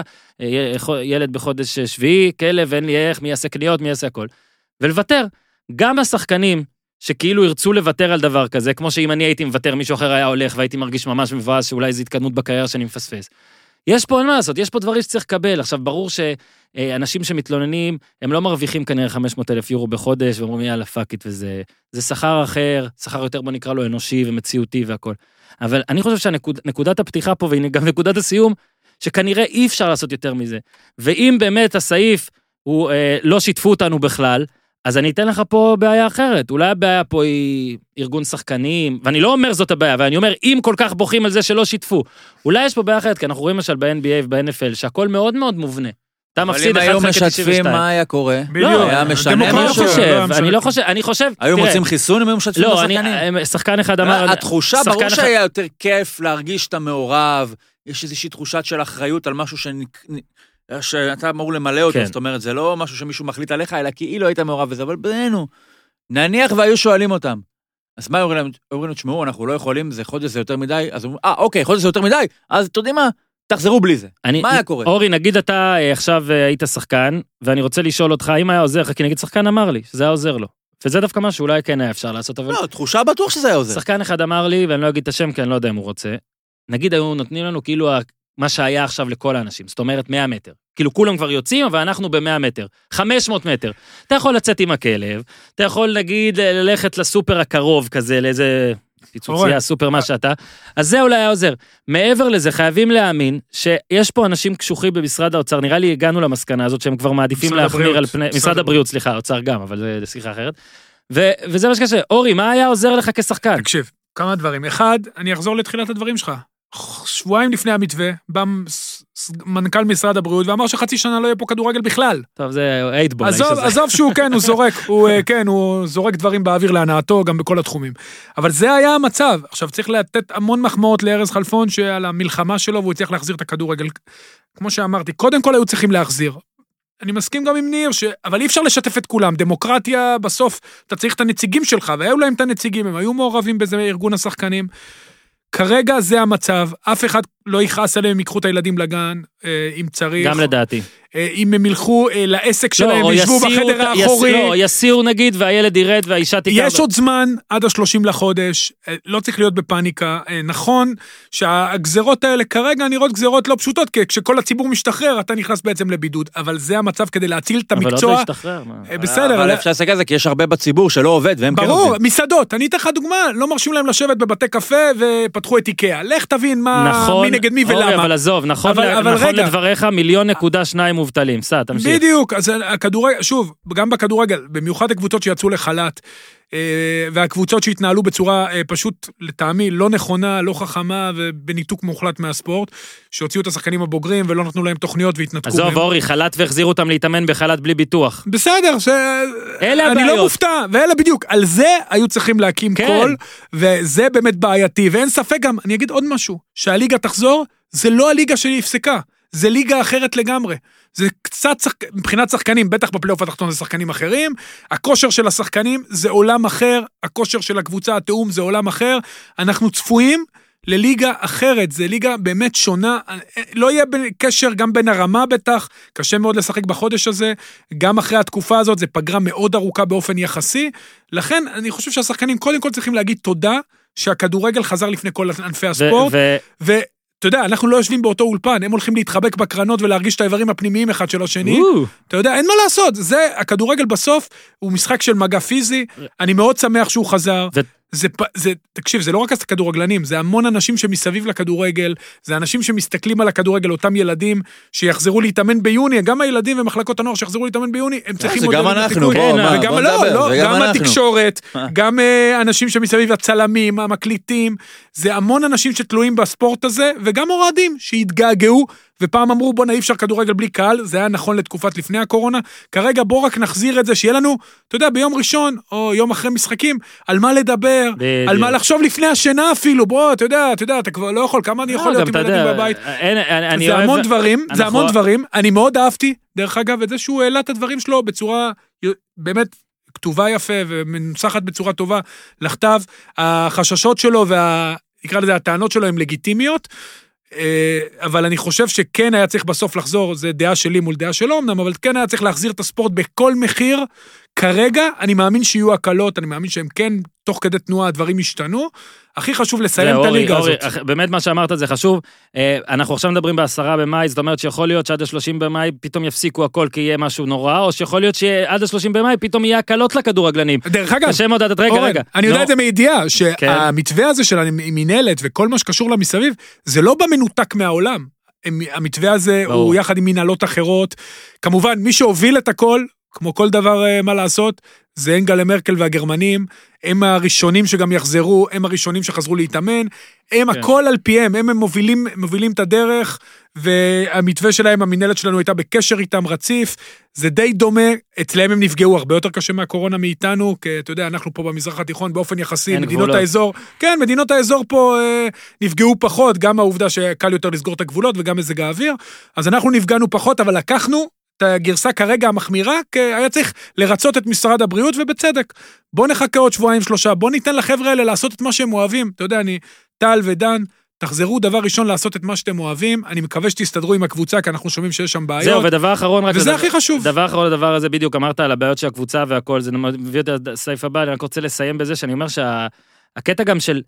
ילד בחודש שביעי, כלב, אין לי איך, מי יעשה קניות, מי יעשה הכל. ולוותר. גם השחקנים שכאילו ירצו לוותר על דבר כזה, כמו שאם אני הייתי מוותר, מישהו אחר היה הולך, והייתי מרגיש ממש מבואס, שאולי זו התקדמות בקריירה שאני מפספס. יש פה אין מה לעשות, יש פה דברים שצריך לקבל. עכשיו, ברור שאנשים שמתלוננים, הם לא מרוויחים כנראה חמש מאות אלף יורו בחודש, ואומרים, יאללה, פאקית, וזה זה שכר אחר, שכר יותר בוא נקרא לו אנושי ומציאותי והכל. אבל אני חושב שנקודת הפתיחה פה, והנה גם נקודת הסיום, שכנראה אי אפשר לעשות יותר מזה. ואם באמת הסעיף הוא אה, לא שיתפו אותנו בכלל, אז אני אתן לך פה בעיה אחרת. אולי הבעיה פה היא ארגון שחקנים, ואני לא אומר זאת הבעיה, ואני אומר, אם כל כך בוכים על זה שלא שיתפו, אולי יש פה בעיה אחרת, כי אנחנו רואים למשל ב-אן בי איי וב-אן אף אל, שהכל מאוד מאוד מובנה. אתה מפסיד אחד חלקי תשעים ושתיים. אבל אם היום משתפים, מה היה קורה? לא, היה משנה משהו. אני לא חושב, אני חושב... היו מוצאים חיסון אם היו משתפים לשחקנים? לא, שחקן אחד אמר... התחושה, ברור שהיה יותר כיף להרגיש את המעורב, יש איזושהי תחושת של אחריות על משהו שאתה אמור למלא אותו, זאת אומרת, זה לא משהו שמישהו מחליט עליך, אלא כאילו היית מעורב וזה, אבל בינינו, נניח והיו שואלים אותם, אז מה אומרים לנו, תשמעו, אנחנו לא יכולים, זה חודש זה יותר מדי, אז אומרים, אה, אוקיי, חודש זה יותר מדי, אז אתה יודעים מה, תחזרו בלי זה. מה היה קורה? אורי, נגיד אתה עכשיו היית שחקן, ואני רוצה לשאול אותך, אם היה עוזר לך, כי נגיד שחקן אמר לי, שזה היה עוזר לו. וזה דווקא משהו, אולי כן היה אפשר לעשות, אבל... לא, תחושה בטוח שזה היה עוזר. שחקן אחד אמר לי, ואני לא אגיד את השם, כי אני לא יודע אם הוא רוצה. נגיד היו נותנים לנו כאילו מה שהיה עכשיו לכל האנשים, זאת אומרת מאה מטר. כאילו כולם כבר יוצאים, אבל אנחנו ב-מאה מטר, חמש מאות מטר. אתה יכול לצאת עם הכלב, אתה יכול נגיד ללכת לסופר הקרוב כזה, לאיזה פיצוציה, סופר מה שאתה, אז זה אולי היה עוזר. מעבר לזה, חייבים להאמין שיש פה אנשים קשוחים במשרד האוצר, נראה לי הגענו למסקנה הזאת שהם כבר מעדיפים להחמיר על פני, משרד הבריאות, סליחה, האוצר גם, אבל זה שיחה אחרת. וזה מה שקשה. אורי, מה היה עוזר לך כשחקן? תקשיב, כמה דברים. אחד, אני אחזור לתחילת הדברים שלך. שבועיים לפני המתווה, בא מנכ"ל משרד הבריאות, ואמר שחצי שנה לא יהיה פה כדורגל בכלל. טוב, זה אייטבול. עזוב, עזוב שהוא כן, הוא זורק, הוא כן, הוא זורק דברים באוויר להנאתו, גם בכל התחומים. אבל זה היה המצב. עכשיו צריך לתת המון מחמאות לארז חלפון, שעל המלחמה שלו, והוא צריך להחזיר את הכדורגל. כמו שאמרתי, קודם כל היו צריכים להחזיר. אני מסכים גם עם ניר, ש... אבל אי אפשר לשתף את כולם. דמוקרטיה, בסוף, אתה צריך את הנציגים שלך, והיו להם את הנציגים, הם היו מעורבים בזה, ארגון השחקנים. כרגע זה המצב, אף אחד לא יכעס עליהם, ייקחו את הילדים לגן, אם צריך. גם לדעתי. אם הם ילכו לעסק שלהם, ישבו בחדר האחורי. לא, יסיעו נגיד, והילד ירד, והאישה תיקר. יש עוד זמן, עד השלושים לחודש, לא צריך להיות בפאניקה. נכון שהגזרות האלה כרגע נראות גזרות לא פשוטות, כי כשכל הציבור משתחרר, אתה נכנס בעצם לבידוד, אבל זה המצב כדי להציל את המקצוע. אבל לא להשתחרר, מה? בסדר. אבל אפשר לעשות את זה, כי יש הרבה בציבור שלא עובד, והם כן עובדים. ברור, מסעדות. אני אתן לך דוגמה, לא מרשים להם לשבת בבתי קפה ופתחו את איקאה. לך תבין מה, מי נגד מי ולמה. אבל עזוב, נכון לדבריך, מיליון נקודה שניים מובטלים. סע, תמשיך. בדיוק, אז הכדורגל, שוב, גם בכדורגל, במיוחד הקבוצות שיצאו לחל"ת, והקבוצות שהתנהלו בצורה פשוט לטעמי לא נכונה, לא חכמה ובניתוק מוחלט מהספורט, שהוציאו את השחקנים הבוגרים ולא נתנו להם תוכניות והתנתקו. אז זו אורי, חלט והחזירו אותם להתאמן בחלט בלי ביטוח. בסדר, ש... אלה אני הבעיות. לא מופתע, ואלה בדיוק, על זה היו צריכים להקים כן. קול, וזה באמת בעייתי, ואין ספק גם, אני אגיד עוד משהו, שהליגה תחזור, זה לא הליגה שלי הפסקה, זה ליגה אחרת לגמרי. זה קצת, מבחינת שחקנים, בטח בפלייאוף התחתון זה שחקנים אחרים, הכושר של השחקנים זה עולם אחר, הכושר של הקבוצה, התאום זה עולם אחר, אנחנו צפויים לליגה אחרת, זה ליגה באמת שונה, לא יהיה קשר גם בין הרמה בטח, קשה מאוד לשחק בחודש הזה, גם אחרי התקופה הזאת, זה פגרה מאוד ארוכה באופן יחסי, לכן אני חושב שהשחקנים קודם כל צריכים להגיד תודה, שהכדורגל חזר לפני כל ענפי הספורט, ו... ו... אתה יודע, אנחנו לא יושבים באותו אולפן, הם הולכים להתחבק בקרנות ולהרגיש את האיברים הפנימיים אחד של השני. אתה יודע, אין מה לעשות, זה, הכדורגל בסוף הוא משחק של מגע פיזי, אני מאוד שמח שהוא חזר. זה, זה, תקשיב, זה לא רק הכדורגלנים, זה המון אנשים שמסביב לכדורגל, זה אנשים שמסתכלים על הכדורגל, אותם ילדים שיחזרו להתאמן ביוני, גם הילדים ומחלקות הנוער שיחזרו להתאמן ביוני, הם צריכים... זה גם אנחנו, בוא, מה, וגם, בוא לא, נדבר, לא, וגם גם אנחנו. התקשורת, גם uh, אנשים שמסביב, הצלמים, המקליטים, זה המון אנשים שתלויים בספורט הזה, וגם אוהדים שהתגעגעו, ופעם אמרו בוא נאי אפשר כדורגל בלי קהל, זה היה נכון לתקופת לפני הקורונה, כרגע בוא רק נחזיר את זה, שיהיה לנו, אתה יודע, ביום ראשון, או יום אחרי משחקים, על מה לדבר, בדיוק. על מה לחשוב לפני השינה אפילו, בוא, אתה יודע, אתה יודע, אתה כבר לא יכול, כמה אני יכול לא, להיות עם ילדים בבית, אין, אני, זה אני המון אוהב... דברים, אנחנו... זה המון דברים, אני מאוד אהבתי, דרך אגב, את זה שהוא העלה את הדברים שלו בצורה, באמת, כתובה יפה, ומנוסחת בצורה טובה, לכתב, החששות שלו, וה... נקרא לזה, הטענות שלו הן לגיטימיות, אבל אני חושב שכן היה צריך בסוף לחזור, זה דעה שלי מול דעה שלו אמנם, אבל כן היה צריך להחזיר את הספורט בכל מחיר, כרגע אני מאמין שיהיו הקלות, אני מאמין שהם כן, תוך כדי תנועה הדברים ישתנו, הכי חשוב לסיים את הליגה הזאת. באמת מה שאמרת זה חשוב, אנחנו עכשיו מדברים בעשרה במאי, זאת אומרת שיכול להיות שעד השלושים במאי פתאום יפסיקו הכל כי יהיה משהו נורא, או שיכול להיות שעד השלושים במאי פתאום יהיה הקלות לכדורגלנים. דרך אגב, רגע, רגע. אני יודע את זה מידיעה, שהמתווה הזה של המנהלת וכל מה שקשור לה מסביב, זה לא במנותק מהעולם. המתווה הזה הוא יחד עם מנהלות אחרות. כמובן, מי שהוביל את הכל, כמו כל דבר מה לעשות, זה אנגלה מרקל והגרמנים, הם הראשונים שגם יחזרו, הם הראשונים שחזרו להתאמן, הם כן. הכל על פיהם, הם, הם מובילים, מובילים את הדרך, והמתווה שלהם, המנהלת שלנו הייתה בקשר איתם רציף, זה די דומה, אצלהם הם נפגעו הרבה יותר קשה מהקורונה מאיתנו, כי אתה יודע, אנחנו פה במזרח התיכון באופן יחסי, מדינות גבולות. האזור, כן, מדינות האזור פה אה, נפגעו פחות, גם העובדה שקל יותר לסגור את הגבולות, וגם מזג האוויר, אז אנחנו נפגענו פחות, אבל לקחנו, את הגרסה כרגע המחמירה, כי היה צריך לרצות את משרד הבריאות, ובצדק, בוא נחכה עוד שבועיים שלושה, בוא ניתן לחבר'ה האלה לעשות את מה שהם אוהבים, אתה יודע, אני, טל ודן, תחזרו דבר ראשון לעשות את מה שאתם אוהבים, אני מקווה שתסתדרו עם הקבוצה, כי אנחנו שומעים שיש שם בעיות. זהו, ודבר אחרון, רק וזה לדבר, הכי חשוב. דבר אחרון לדבר הזה, בדיוק אמרת על הבעיות של הקבוצה והכל, זה מביא את הסעיף הבא, אני רק רוצה לסיים בזה, שאני אומר שהקטע גם של,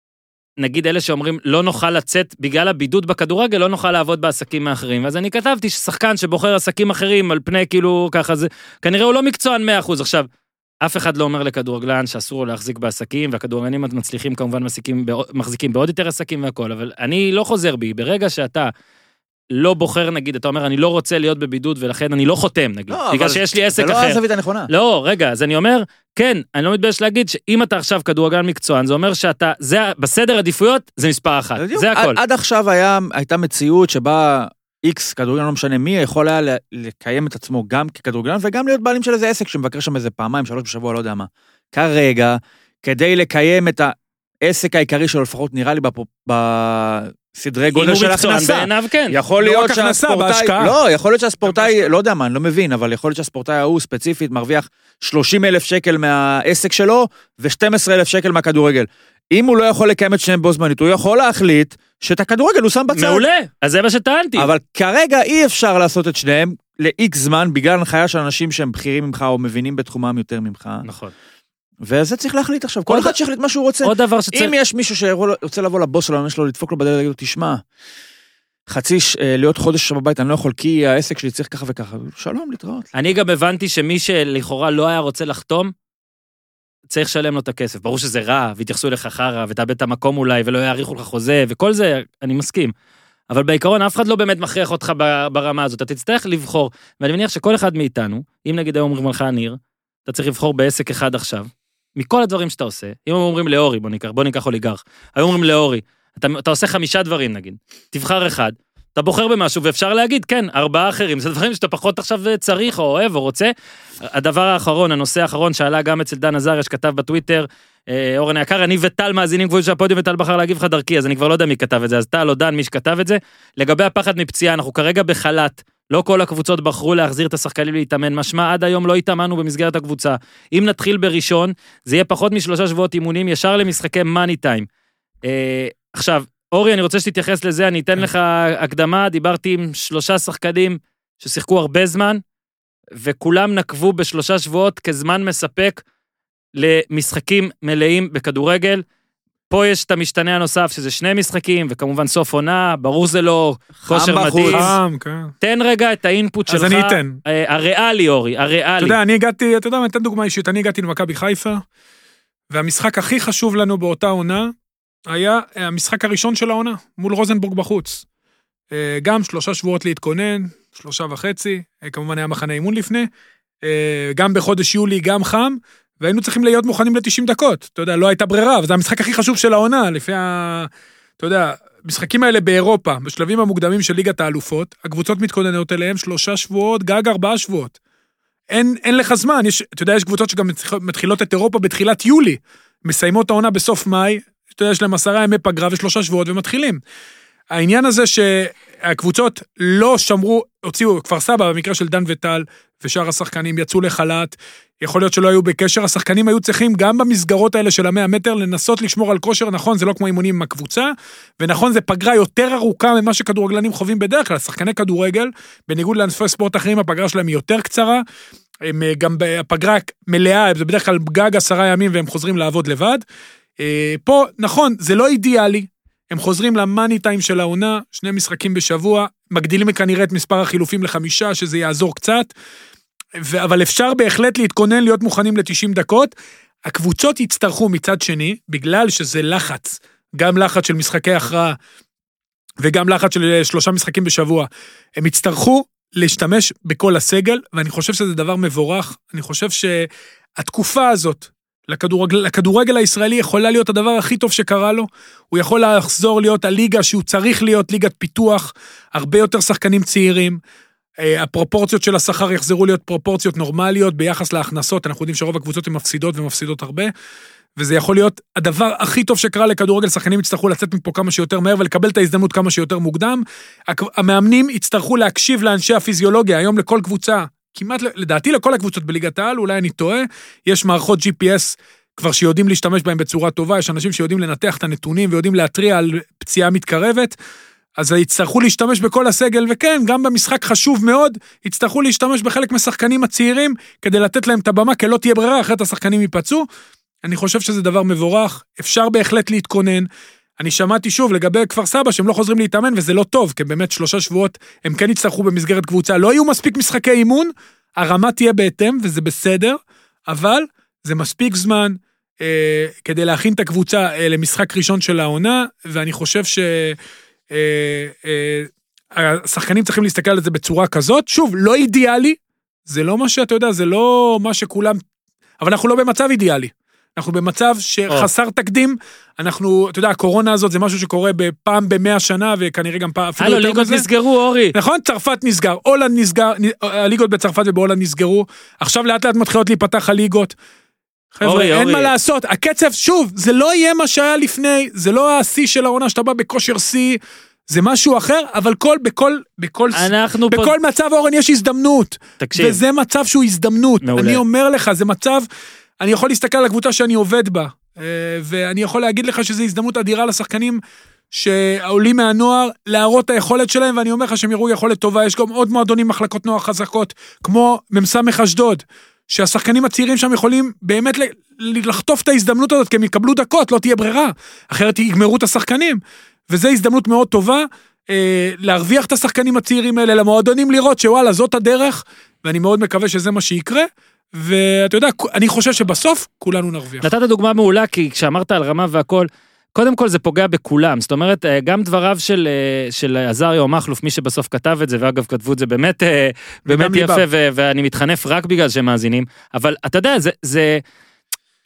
נגיד אלה שאומרים, לא נוכל לצאת בגלל הבידוד בכדורגל, לא נוכל לעבוד בעסקים האחרים. אז אני כתבתי ששחקן שבוחר עסקים אחרים על פני כאילו ככה, זה כנראה הוא לא מקצוען מאה אחוז. עכשיו, אף אחד לא אומר לכדורגלן שאסור לו להחזיק בעסקים, והכדורגלנים מצליחים כמובן מחזיקים, מחזיקים בעוד יותר עסקים והכל, אבל אני לא חוזר בי, ברגע שאתה לא בוחר, נגיד, אתה אומר, אני לא רוצה להיות בבידוד, ולכן אני לא חותם, נגיד, לא, בגלל שיש לי עסק אחר. זה לא הזווית הנכונה. לא, רגע, אז אני אומר, כן, אני לא מתבייש להגיד שאם אתה עכשיו כדורגלן מקצוען, זה אומר שאתה, זה, בסדר עדיפויות, זה מספר אחת, זה הכל. עד, עד עכשיו היה, הייתה מציאות שבה איקס, כדורגלן לא משנה מי, יכול היה לקיים את עצמו גם ככדורגלן, וגם להיות בעלים של איזה עסק שמבקר שם איזה פעמיים, שלוש בשבוע, לא יודע מה. כרגע, כדי לקיים את העסק העיקרי שלו, לפחות נראה לי בסדרי גודל של הכנסה. בעיניו, כן. יכול להיות שהספורטאי, לא, יכול להיות שהספורטאי, לא יודע מה, אני לא מבין, אבל יכול להיות שהספורטאי ההוא ספציפית מרוויח שלושים אלף שקל מהעסק שלו, ו-שנים עשר אלף שקל מהכדורגל. אם הוא לא יכול לקיים את שניהם בו זמנית, הוא יכול להחליט שאת הכדורגל הוא שם בצד. מעולה, אז זה מה שטענתי. אבל כרגע אי אפשר לעשות את שניהם לאיקס זמן, בגלל הנחיה של אנשים שהם בכירים ממך, או מבינים בתחומם יותר ממך. נכון. וזה צריך להחליט עכשיו, כל אחד שיחליט מה שהוא רוצה. עוד דבר שצריך... אם יש מישהו שרוצה לבוא לבוס שלו, יש לו לדפוק לו בדלת, להגיד לו, תשמע, חצי להיות חודש בבית, אני לא יכול, כי העסק שלי צריך ככה וככה. שלום, להתראות. אני גם הבנתי שמי שלכאורה לא היה רוצה לחתום, צריך לשלם לו את הכסף. ברור שזה רע, והתייחסו לך חרא, ותאבד את המקום אולי, ולא יעריכו לך חוזה, וכל זה, אני מסכים. אבל בעיקרון, אף אחד לא באמת מכריח אותך ברמה הזאת. אתה תצטרך לבחור, ואני מניח שכל אחד מאיתנו, אם נגיד היום אומרים לך, ניר, אתה צריך לבחור בעסק אחד עכשיו, מכל הדברים שאתה עושה, אם אומרים לאורי, בוא ניקח, בוא ניקח אוליגרך, היו אומרים לאורי, אתה, אתה עושה חמישה דברים נגיד, תבחר אחד, אתה בוחר במשהו, ואפשר להגיד, כן, ארבעה אחרים, זה דברים שאתה פחות עכשיו צריך, או אוהב, או רוצה. הדבר האחרון, הנושא האחרון, שעלה גם אצל דן עזריה, שכתב בטוויטר, אורן היקר, אני וטל מאזינים גבוהים של הפודיום, וטל בחר להגיב לך דרכי, אז אני כבר לא יודע מי כתב את זה, אז טל או דן, מי שכתב את זה. לגבי הפחד מפציעה, אנחנו כרגע בחל"ת, לא כל הקבוצות בחרו להחזיר את השחקנים להתאמן, משמע עד היום לא התאמנו במסגרת הקבוצה. אם נתחיל בראשון, זה יהיה פחות משלושה שבועות אימונים, ישר למשחקי מאני טיים. עכשיו, אורי, אני רוצה שתתייחס לזה, אני אתן לך הקדמה, דיברתי עם שלושה שחקנים ששיחקו הרבה זמן, וכולם נקבו בשלושה שבועות כזמן מספק למשחקים מלאים בכדורגל. פה יש את המשתנה הנוסף, שזה שני משחקים, וכמובן סוף עונה, ברור זה לא כושר מדהים. חם, כן. תן רגע את האינפוט שלך. אז אני אתן. הריאלי, אורי, הריאלי. אתה יודע, אני הגעתי, אתה יודע, אני אתן דוגמה אישית, אני הגעתי למכבי חיפה, והמשחק הכי חשוב לנו באותה עונה, היה המשחק הראשון של העונה, מול רוזנבורג בחוץ. גם שלושה שבועות להתכונן, שלושה וחצי, כמובן היה מחנה אימון לפני, גם בחודש יולי, גם חם, והיינו צריכים להיות מוכנים ל-תשעים דקות. אתה יודע, לא הייתה ברירה, וזה המשחק הכי חשוב של העונה, לפי ה... אתה יודע, משחקים האלה באירופה, בשלבים המוקדמים של ליגת האלופות, הקבוצות מתכוננות אליהם שלושה שבועות, גג ארבעה שבועות. אין, אין לך זמן, יש, אתה יודע, יש קבוצות שגם מתחילות את אירופה בתחילת יולי, מסיימות העונה בסוף מאי, אתה יודע, יש להם עשרה ימי פגרה ושלושה שבועות ומתחילים. העניין הזה שהקבוצות לא שמרו, הוציאו, כפר סבא, במקרה של דן וטל, ושאר השחקנים יצאו לחל"ת, יכול להיות שלא היו בקשר, השחקנים היו צריכים גם במסגרות האלה של המאה מטר, לנסות לשמור על כושר, נכון, זה לא כמו אימונים עם הקבוצה, ונכון, זה פגרה יותר ארוכה ממה שכדורגלנים חווים בדרך כלל, שחקני כדורגל, בניגוד לענפי ספורט אחרים, הפגרה שלהם היא יותר קצרה, הם גם בפגרה מלאה, זה בדרך כלל גג עשרה ימים, והם חוזרים לעבוד לבד. פה, נכון, זה לא אידיאלי, הם חוזרים למאני טיים של העונה, שני משחקים בשבוע, מגדילים כנראה את מספר החילופים לחמישה, שזה יעזור קצת, ו- אבל אפשר בהחלט להתכונן, להיות מוכנים ל-תשעים דקות, הקבוצות יצטרכו מצד שני, בגלל שזה לחץ, גם לחץ של משחקי הכרעה, וגם לחץ של שלושה משחקים בשבוע, הם יצטרכו להשתמש בכל הסגל, ואני חושב שזה דבר מבורך, אני חושב שהתקופה הזאת, לכדורגל, לכדורגל הישראלי יכולה להיות הדבר הכי טוב שקרה לו, הוא יכול לחזור להיות הליגה שהוא צריך להיות, ליגת פיתוח, הרבה יותר שחקנים צעירים, הפרופורציות של השכר יחזרו להיות פרופורציות נורמליות ביחס להכנסות, אנחנו יודעים שרוב הקבוצות הן מפסידות ומפסידות הרבה, וזה יכול להיות הדבר הכי טוב שקרה לכדורגל, שחקנים יצטרכו לצאת מפה כמה שיותר מהר, ולקבל את ההזדמנות כמה שיותר מוקדם, המאמנים יצטרכו להקשיב לאנשי הפיזיולוגיה, היום לכל קבוצה, כמעט לדעתי לכל הקבוצות בליגת העל, אולי אני טועה, יש מערכות ג'י פי אס כבר שיודעים להשתמש בהם בצורה טובה, יש אנשים שיודעים לנתח את הנתונים ויודעים להתריע על פציעה מתקרבת, אז יצטרכו להשתמש בכל הסגל, וכן, גם במשחק חשוב מאוד, יצטרכו להשתמש בחלק מהשחקנים הצעירים, כדי לתת להם את הבמה, כי לא תהיה ברירה, אחרת השחקנים ייפצעו. אני חושב שזה דבר מבורך, אפשר בהחלט להתכונן. אני שמעתי שוב לגבי כפר סבא, שהם לא חוזרים להתאמן, וזה לא טוב, כי באמת שלושה שבועות, הם כן יצטרכו במסגרת קבוצה, לא יהיו מספיק משחקי אימון, הרמה תהיה בהתאם, וזה בסדר, אבל זה מספיק זמן, אה, כדי להכין את הקבוצה אה, למשחק ראשון של העונה, ואני חושב ש... השחקנים צריכים להסתכל על זה בצורה כזאת, שוב, לא אידיאלי, זה לא מה שאתה יודע, זה לא מה שכולם, אבל אנחנו לא במצב אידיאלי, אנחנו במצב שחסר תקדים, אנחנו, אתה יודע, הקורונה הזאת זה משהו שקורה בפעם במאה שנה, וכנראה גם פעם אפילו יותר מזה. הלו, ליגות נסגרו, אורי. נכון, צרפת נסגר, הולנד נסגר, הליגות בצרפת ובהולנד נסגרו, עכשיו לאט לאט מתחילות להיפתח הליגות, חבר'ה, אין מה לעשות, הקצב, שוב, זה לא יהיה מה שהיה לפני, זה לא השיא של העונה שאתה בא בכושר שיא, זה משהו אחר, אבל כל, בכל, בכל, בכל מצב אורן יש הזדמנות, תקשיב. וזה מצב שהוא הזדמנות, מעולה. אני אומר לך, זה מצב, אני יכול להסתכל על הקבוצה שאני עובד בה, ואני יכול להגיד לך שזו הזדמנות אדירה לשחקנים, שעולים מהנוער, להראות את היכולת שלהם, ואני אומר לך שהם יראו יכולת טובה, יש גם עוד מועדונים מחלקות נוער חזקות, כמו ממסמך אשדוד, שהשחקנים הצעירים שם יכולים באמת לחטוף את ההזדמנות הזאת, כי הם יקבלו דקות, לא תהיה ברירה, אחרת יגמרו את השחקנים, וזו הזדמנות מאוד טובה, אה, להרוויח את השחקנים הצעירים האלה, למועדונים לראות שוואלה, זאת הדרך, ואני מאוד מקווה שזה מה שיקרה, ואתה יודע, אני חושב שבסוף כולנו נרוויח. נתת דוגמה מעולה, כי כשאמרת על רמה והכל, קודם כל זה פוגע בכולם, זאת אומרת, גם דבריו של, של עזריה או מחלוף, מי שבסוף כתב את זה, ואגב כתבו את זה באמת, באמת יפה, ו- ואני מתחנף רק בגלל שהם מאזינים, אבל אתה יודע, זה, זה,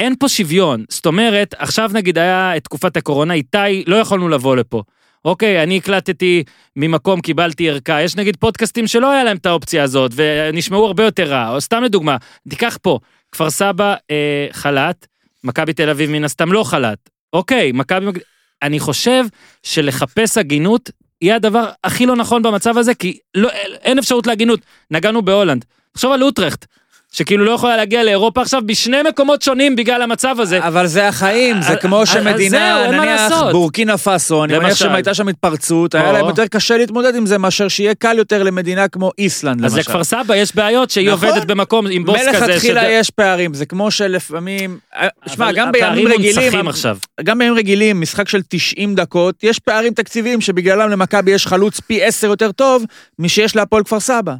אין פה שוויון, זאת אומרת, עכשיו נגיד היה את תקופת הקורונה, איתי לא יכולנו לבוא לפה. אוקיי, אני הקלטתי ממקום, קיבלתי ערכה, יש נגיד פודקאסטים שלא היה להם את האופציה הזאת, ונשמעו הרבה יותר רע, או סתם לדוגמה, תיקח פה, כפר סבא אה, חלט, מכבי תל אביב מן הסתם לא חלט, אוקיי, מכבי, אני חושב שלחפש הגינות, יהיה הדבר הכי לא נכון במצב הזה, כי לא, אין אפשרות להגינות, נגענו בהולנד, תחשוב על אוטרחט, שכאילו לא יכולה להגיע לאירופה עכשיו בשני מקומות שונים בגלל המצב הזה. אבל זה החיים, זה כמו שמדינה, נניח בורקינה פאסו, אני מניח שם הייתה שם התפרצות, היה להם יותר קשה להתמודד עם זה, מאשר שיהיה קל יותר למדינה כמו איסלנד, למשל. אז לכפר סבא יש בעיות שהיא עובדת במקום עם בוס כזה. מלך התחילה יש פערים, זה כמו שלפעמים, שמע, גם בימים רגילים, גם בימים רגילים, משחק של תשעים דקות, יש פערים תקציביים שבגללם למכבי יש חלוץ פי עשר יותר טוב, משיש להפועל כפר סבא.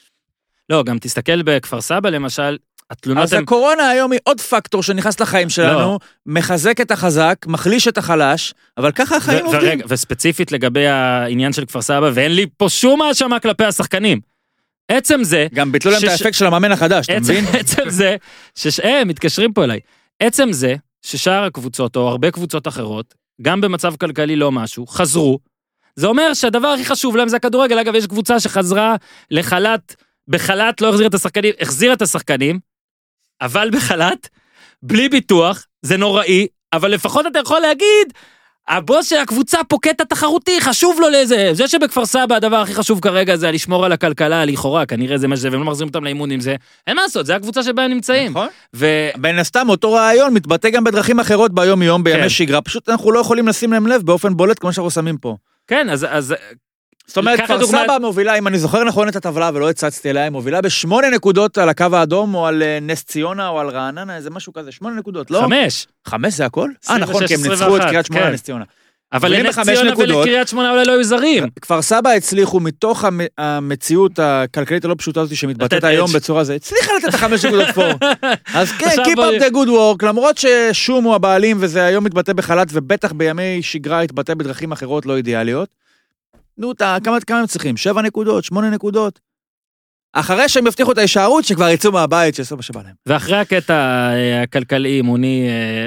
לא, גם תסתכל בכפר סבא, למשל, התלונות אז הם... הקורונה היום היא עוד פקטור שנכנס לחיים שלנו, לא. מחזק את החזק, מחליש את החלש, אבל ככה החיים ו- עובדים. ורגע, וספציפית לגבי העניין של כפר סבא, ואין לי פה שום האשמה כלפי השחקנים. עצם זה... גם ביטלו להם ש... את האפקט של המאמן החדש, אתה עצם, מבין? עצם זה, שש... אה, מתקשרים פה אליי. עצם זה, ששאר הקבוצות, או הרבה קבוצות אחרות, גם במצב כלכלי לא משהו, חזרו, זה אומר שהדבר הכי חשוב להם זה הכדורגל. אגב, יש קבוצה שחזרה לחל"ת, בחל"ת לא החזיר את השחקנים, החזיר את השחקנים, אבל בחל"ת, בלי ביטוח, זה נוראי, אבל לפחות אתה יכול להגיד, הבוס של הקבוצה פה קטע תחרותי, חשוב לו לזה, זה שבכפר סבא הדבר הכי חשוב כרגע זה לשמור על הכלכלה, לכאורה, כנראה זה מה שזה, והם לא מחזירים אותם לאימון עם זה, אין מה לעשות, זה הקבוצה שבה הם נמצאים. נכון. בין הסתם, אותו רעיון מתבטא גם בדרכים אחרות ביום יום, בימי שגרה, פשוט אנחנו לא יכולים לשים להם לב באופן בולט כמו שאנחנו שמים פה. כן, אז, אז זאת אומרת, כפר סבא מובילה, אם אני זוכר נכון את הטבלה ולא הצצתי אליה, היא מובילה בשמונה נקודות על הקו האדום, או על נס ציונה, או על רעננה, איזה משהו כזה, שמונה נקודות, לא? חמש. חמש זה הכל? אה, נכון, כי הם ניצחו את קריית שמונה, נס ציונה. אבל לנס ציונה ולקריית שמונה אולי לא היו זרים. כפר סבא הצליחו מתוך המציאות הכלכלית הלא פשוטה הזאת שמתבטאת היום בצורה זה, הצליחה לתת את החמש נקודות פה. אז כן, keep up the good work, למרות ששום הוא הבעלים וזה היום מתבטא בחל"ת, ובטח בימי שגרה התבטא בדרכים אחרות לא אידיאליות. נו, כמה הם צריכים? שבע נקודות, שמונה נקודות. אחרי שהם יבטיחו את ההישארות, שכבר יצאו מהבית, שיעשו מה שבא להם. ואחרי הקטע הכלכלי, אימוני,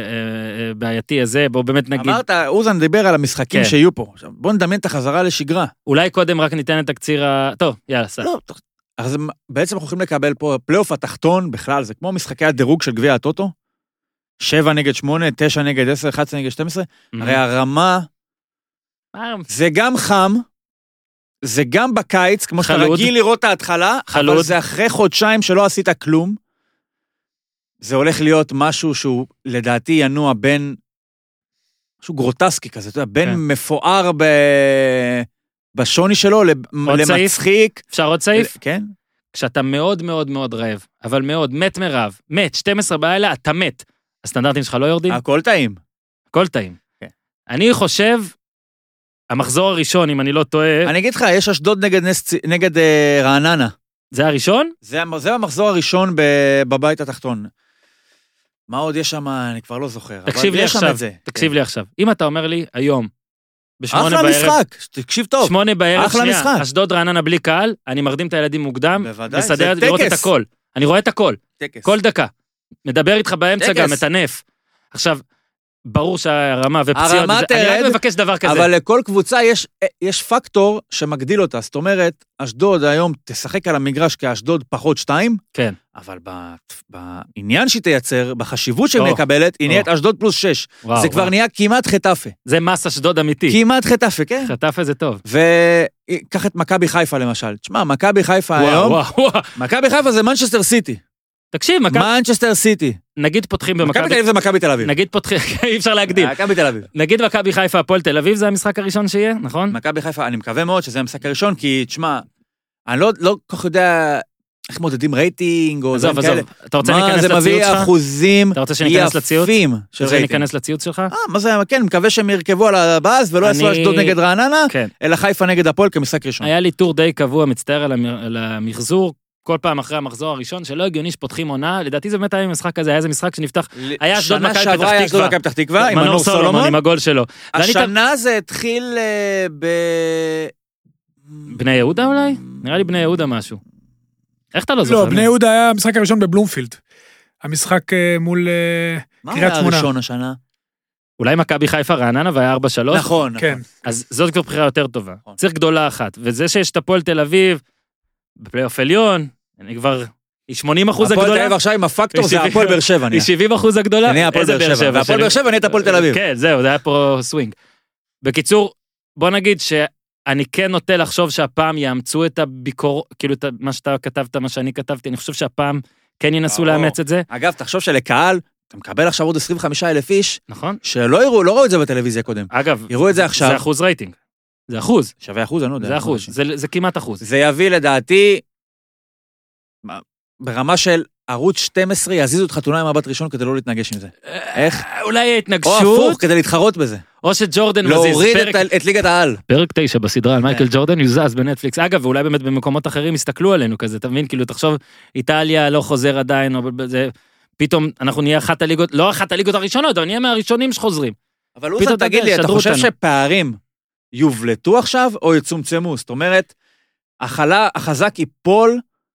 בעייתי הזה, בואו באמת נגיד... אמרת, אוזן דיבר על המשחקים שיהיו פה. בואו נדמיין את החזרה לשגרה. אולי קודם רק ניתן את הקציר ה... טוב, יאללה, סע. לא, אז בעצם אנחנו יכולים לקבל פה פלייאוף התחתון בכלל, זה כמו משחקי הדירוג של גביע הטוטו, שבע נגד שמונה, תשע נגד עשר, אחת עשרה נגד שתים עשרה, הרי הרמה, זה גם חם, זה גם בקיץ, כמו שאתה רגיל לראות את ההתחלה, חלוד. אבל זה אחרי חודשיים שלא עשית כלום, זה הולך להיות משהו שהוא לדעתי ינוע בין, משהו גרוטסקי כזה, אתה יודע, בין כן. מפואר ב... בשוני שלו, למצחיק. אפשר עוד סעיף? כן. כשאתה מאוד מאוד מאוד רעב, אבל מאוד, מת מרעב, מת, שתים עשרה בלילה, אתה מת. הסטנדרטים שלך לא יורדים? הכל טעים. הכל טעים. כן. אני חושב, המחזור הראשון, אם אני לא טועה... אני אגיד לך, יש אשדוד נגד, נס, נגד uh, רעננה. זה הראשון? זה, זה המחזור הראשון בבית התחתון. מה עוד יש שם? אני כבר לא זוכר. תקשיב לי עכשיו, תקשיב כן. לי עכשיו. אם אתה אומר לי, היום, בשמונה אחלה בערב... משחק, תקשיב טוב. שמונה בערב, אחלה שנייה, משחק. אשדוד רעננה בלי קהל, אני מרדים את הילדים מוקדם, בוודאי, מסדר לראות את הכל. אני רואה את הכל. טקס. כל דקה. מדבר איתך באמצע טקס. גם, מטנף. עכשיו, ברור שהרמה ופציעות, הרמה תרד, אני רק מבקש דבר כזה. אבל לכל קבוצה יש, יש פקטור שמגדיל אותה, זאת אומרת, אשדוד היום תשחק על המגרש כאשדוד פחות שתיים, כן. אבל בעניין שהיא תייצר, בחשיבות שהיא מקבלת, היא נהיית אשדוד פלוס שש. זה כבר נהיה כמעט חטאפה. זה מס אשדוד אמיתי. כמעט חטאפה, כן. חטאפה זה טוב. וקח את מכבי חיפה למשל. תשמע, מכבי חיפה היום, מכבי חיפה זה מנצ'סטר סיטי. תקשיב, מנצ'סטר סיטי. נגיד פותחים במכבי... מכבי תל אביב זה מכבי תל אביב. נגיד פותחים, אי אפשר להקדים. מכבי תל אביב. נגיד מכבי חיפה, הפועל תל אביב זה המשחק הראשון שיהיה, נכון? מכבי חיפה, אני מקווה מאוד שזה המשחק הראשון, כי תשמע, אני לא, לא כל כך יודע איך מודדים רייטינג או עזוב, עזוב. אתה רוצה להיכנס לציוץ שלך? מה זה מביא אחוזים אתה רוצה שניכנס לציוץ? יפים של רוצה רייטינג. להיכנס לציוץ שלך? אה, מה זה, כן, מקווה שהם ירכבו על הבאז ולא יעשו אשדוד נגד רעננה, אלא חיפה נגד הפועל כמשחק ראשון. היה לי טור די קבוע, מצטער על המחזור, כל פעם אחרי המחזור הראשון, שלא הגיוני שפותחים עונה, לדעתי זה באמת היה משחק כזה, היה איזה משחק שנפתח, היה אשדוד מכבי פתח תקווה, עם מנור סולומון, עם הגול שלו. השנה זה התחיל ב... בני יהודה אולי? נראה לי בני יהודה משהו. איך אתה לא זוכר? לא, בני יהודה היה המשחק הראשון בבלומפילד. המשחק אה, מול אה, מה קריית היה שמונה. הראשון השנה? אולי מכבי חיפה רעננה והיה ארבע שלוש. נכון, כן. נכון. אז זאת כבר בחירה יותר טובה. נכון. צריך גדולה אחת. וזה שיש את הפועל תל אביב, בפלייאוף עליון, אני כבר, היא שמונים אחוז הפועל תל הגדולה. אביב עכשיו עם הפקטור, היא זה שבעים- הפועל באר שבע. היא שבעים אחוז הגדולה. נהיה הפועל איזה באר שבע. והפועל באר שבע נהיית הפועל תל אביב. כן, זהו, זה היה פה סווינג. בקיצור, בוא נגיד שאני כן נוטה לחשוב שהפעם יאמצו את הביקור, כאילו את מה שאתה כתבת, מה שאני כתבתי, אני חושב שהפעם כן ינסו ברור. לאמץ את זה. אגב, תחשוב שלקהל, אתה מקבל עכשיו עוד עשרים וחמישה אלף איש, נכון? שלא יראו, לא ראו את זה בטלוויזיה קודם. אגב, יראו את זה עכשיו. זה אחוז רייטינג. זה אחוז. שווה אחוז, אני לא יודע. זה אחוז. זה, זה כמעט אחוז. זה יביא לדעתי, מה, ברמה של ערוץ שתים עשרה יזיזו את חתונה עם מבט ראשון כדי לא להתנגש עם זה. איך? אולי או התנגשות, הפוך, כדי להתחרות בזה. או שג'ורדן מזיז. להוריד פרק- את ה- את ליגת העל. פרק תשע בסדרה על מייקל כן. ג'ורדן יוזז בנטפליקס. אגב, ואולי באמת במקומות אחרים יסתכלו עלינו כזה, אתה מבין? כאילו, תחשוב, איטליה לא חוזר עדיין, או זה, פתאום אנחנו נהיה אחת הליגות, לא אחת הליגות הראשונות, אבל נהיה מהראשונים שחוזרים. אבל פתאום אוזן, אתה תגיד יודע, לי, אתה שדרו חושב אותנו. שפערים יובלטו עכשיו או יצומצמו? זאת אומרת, החלה- החזק ייפול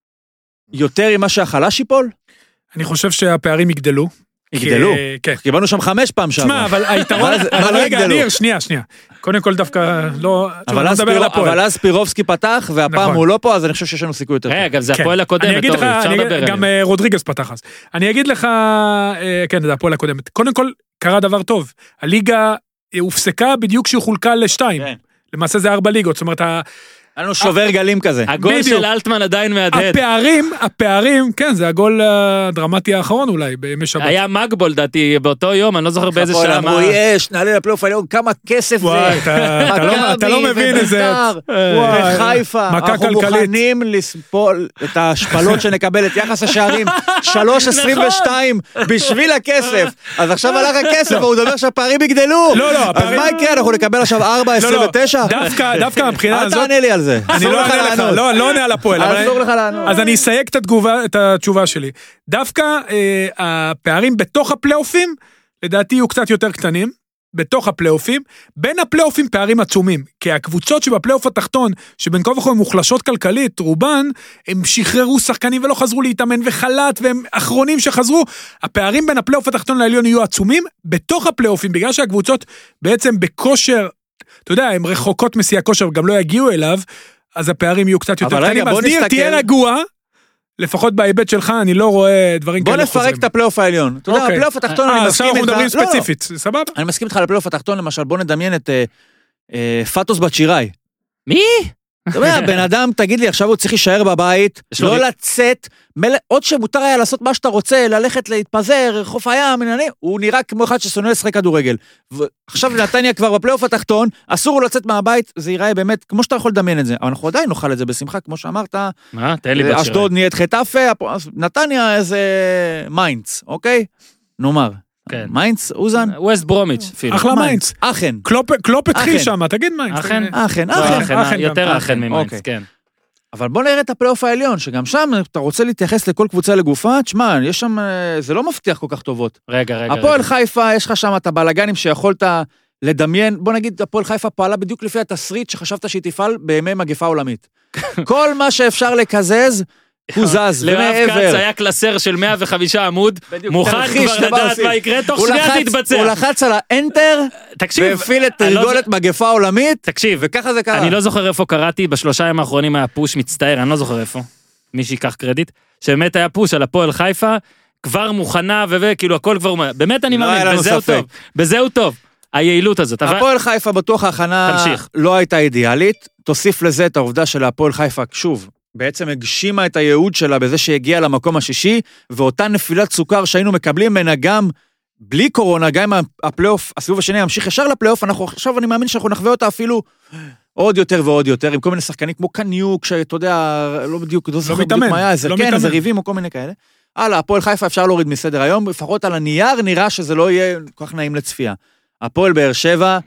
יותר ממה שהחלש ייפול? אני חושב שהפערים יגדלו. יגדלו? כי- כן. קיבלנו שם חמש פעם שעברה. תשמע, אבל היתרון, אבל אז- אבל אבל רגע, יגדלו. ניר, שנייה, שנייה. קודם כל דווקא לא, שוב, אבל אני לא אז מדבר על פירו- הפועל. אבל אז פירובסקי פתח, והפעם נכון. הוא לא פה, אז אני חושב שיש לנו סיכוי יותר טוב. רגע, זה כן. הפועל אני הקודמת, אגיד לך, אורי, אפשר אני אגיד- לדבר גם עליהם. אה, רודריגז פתח אז. אני אגיד לך, אה, כן, זה הפועל הקודמת. קודם כל, קרה דבר טוב. הליגה אה, הופסקה בדיוק כשהיא חולקה לשתיים. כן. למעשה זה ארבע ליגות, זאת אומרת, ה- היה לנו שובר גלים כזה. הגול בדיוק. של אלטמן עדיין מהדהד. הפערים, הפערים, כן, זה הגול הדרמטי האחרון אולי, בימי שבת. היה מגבול, דעתי, באותו יום, אני לא זוכר באיזה הפועל שעה. אמרו, מה- יש, נעלה לפלייאוף העליון, כמה כסף זה. וואי, אתה- אתה לא- אתה לא מבין איזה... וואי, וחיפה, מכה אנחנו כלכלית. מוכנים לספול את ההשפלות שנקבל, את יחס השערים, שלוש עשרים ושתיים בשביל הכסף. אז עכשיו הלך הכסף, והוא מדבר שהפערים יגדלו. לא, לא, אז הפערים- מה יקרה, אנחנו נקבל עכשיו ארבע לא, עשרים לא, ותשע? דווקא, דווקא מהבחינה אל הזאת, תענה לי על זה. אני אסור לא לך אענה לך, לענות. לא, לא עונה על הפועל, אבל אסור אני- לך לענות. אז אני אסייג את התגובה, את התשובה שלי. דווקא אה, הפערים בתוך הפלייאופים, לדעתי יהיו קצת יותר קטנים, בתוך הפלייאופים, בין הפלייאופים פערים עצומים, כי הקבוצות שבפלייאוף התחתון, שבין כה וכה הן מוחלשות כלכלית, רובן, הם שחררו שחקנים ולא חזרו להתאמן וחלט, והם אחרונים שחזרו, הפערים בין הפלייאוף התחתון לעליון יהיו עצומים, בתוך הפלייאופים, בגלל שהקבוצות בעצם בכושר, אתה יודע, הן רחוקות משיא הכושר, וגם לא יגיעו אליו, אז הפערים יהיו קצת יותר אבל רגע, קטנים, בוא אז ניר, נסתכל- תהיה רגוע, לפחות בהיבט שלך, אני לא רואה דברים בוא כאלה נפרק את הפלייאוף העליון. אתה יודע, אוקיי. הפלייאוף התחתון, אה, אני עכשיו מסכים אנחנו איתך. מדברים לא, לא. ספציפית, סבבה? אני מסכים איתך על הפלייאוף התחתון, למשל, בוא נדמיין את אה, אה, פטוס בת שיראי. מי? אתה יודע, בן אדם, תגיד לי, עכשיו הוא צריך להישאר בבית, יש לו לא ריב- לצאת, מלא- עוד שמותר היה לעשות מה שאתה רוצה, ללכת להתפזר, חוף הים, עניינים, הוא נראה כמו אחד ששונא לשחק כדורגל. עכשיו נתניה כבר בפלייאוף התחתון, אסור לו לצאת מהבית, זה ייראה באמת, כמו שאתה יכול לדמיין את זה, אבל אנחנו עדיין נאכל את זה בשמחה, כמו שאמרת, מה? תן לי בת שיראי. אשדוד נהיית חטאפה, הפ- נתניה איזה מיינדס, אוקיי? נאמר. כן. מיינדס, אוזן? ווסט ברומיץ' אפילו. אחלה מיינדס. אכן. קלופ קלופ התחיל אכן. שם, תגיד מיינדס. אכן? אכן, לא, אכן. אכן, אכן גם, יותר אכן, אכן ממיינדס, אוקיי. כן. אבל בוא נראה את הפלייאוף העליון, שגם שם אתה רוצה להתייחס לכל קבוצה לגופה, תשמע, יש שם, אה, זה לא מבטיח כל כך טובות. רגע, רגע. הפועל רגע. חיפה, יש לך שם את הבלגנים שיכולת לדמיין, בוא נגיד, הפועל חיפה פעלה בדיוק לפי התסריט שחשבת שהיא תפעל בימי מגפה עולמית. כל מה שאפשר לקזז, הוא זז, ליואב כץ ומעבר. היה קלסר של מאה וחמישה עמוד, בדיוק, מוכן תרחיש כבר דבר לדעת עושים. מה יקרה, תוך הוא שנייה זה לחץ- יתבצע. הוא לחץ על האנטר, תקשיב, והפעיל את אני לא תרגולת ז- מגפה עולמית, תקשיב, וככה זה קרה. אני לא זוכר איפה קראתי, בשלושה ימים האחרונים היה פוש מצטער, אני לא זוכר איפה, מי שיקח קרדיט, שבאמת היה פוש על הפועל חיפה, כבר מוכנה וכאילו הכל כבר, באמת אני לא היה מאמין, לנו בזה הוא ספק. טוב, בזה הוא טוב, היעילות הזאת, אבל הפועל חיפה בטוח ההכנה תמשיך. לא הייתה אידיאלית, תוסיף לזה את העובדה של הפועל חיפה, שוב, בעצם הגשימה את הייעוד שלה בזה שהגיעה למקום השישי, ואותה נפילת סוכר שהיינו מקבלים ממנה גם בלי קורונה, גם אם הפלייאוף, הסיבוב השני ימשיך ישר לפלייאוף, אנחנו עכשיו אני מאמין שאנחנו נחווה אותה אפילו עוד יותר ועוד יותר, עם כל מיני שחקנים כמו קניוק, שאתה יודע, לא בדיוק, לא זוכר בדיוק מתאמן, מה היה, איזה לא כן, איזה מתאמן. ריבים או כל מיני כאלה. הלאה, הפועל חיפה אפשר להוריד מסדר היום, לפחות על הנייר נראה שזה לא יהיה כל כך נעים לצפייה. הפועל באר שבע,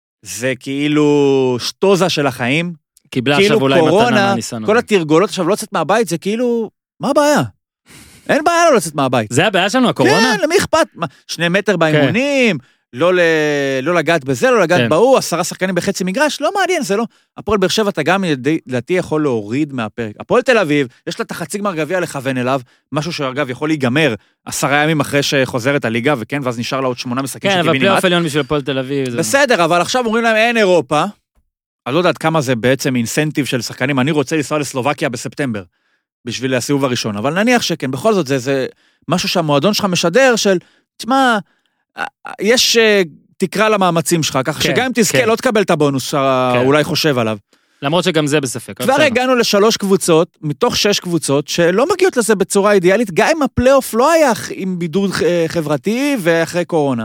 זה כאילו שטוזה של החיים, קיבלה כאילו עכשיו אולי מתנה קורונה, מהניסן. כל התרגולות עכשיו לא לצאת מהבית, זה כאילו, מה הבעיה? אין בעיה לא לצאת מהבית. זה הבעיה שלנו, הקורונה? כן, למי אכפת? מה, שני מטר באימונים, לא, ל... לא לגעת בזה, לא לגעת כן. בהוא, עשרה שחקנים בחצי מגרש, לא מעניין, זה לא. הפועל באר שבע אתה גם לדעתי יכול להוריד מהפרק. הפועל תל אביב, יש לה את החצי גמר גביע לכוון אליו, משהו שאגב יכול להיגמר עשרה ימים אחרי שחוזרת הליגה, וכן, ואז נשאר לה עוד שמונה משחקים כן, אבל שקיבינימט. פלייאוף עליון בשביל הפועל תל אביב. זה- בסדר, אבל עכשיו אומרים להם אין אירופה, אני לא יודעת כמה זה בעצם אינסנטיב של שחקנים, אני רוצה לנסוע לסלובקיה בספטמבר, בשביל הסיבוב הראשון, אבל נניח שכן, בכל זאת זה, זה משהו שהמועדון שלך משדר של, תשמע, יש תקרה למאמצים שלך, ככה כן, שגם אם תזכה כן. לא תקבל את הבונוס שאתה כן. אולי חושב עליו. למרות שגם זה בספק. כבר בסדר. הגענו לשלוש קבוצות, מתוך שש קבוצות, שלא מגיעות לזה בצורה אידיאלית, גם אם הפלייאוף לא היה עם בידוד חברתי ואחרי קורונה.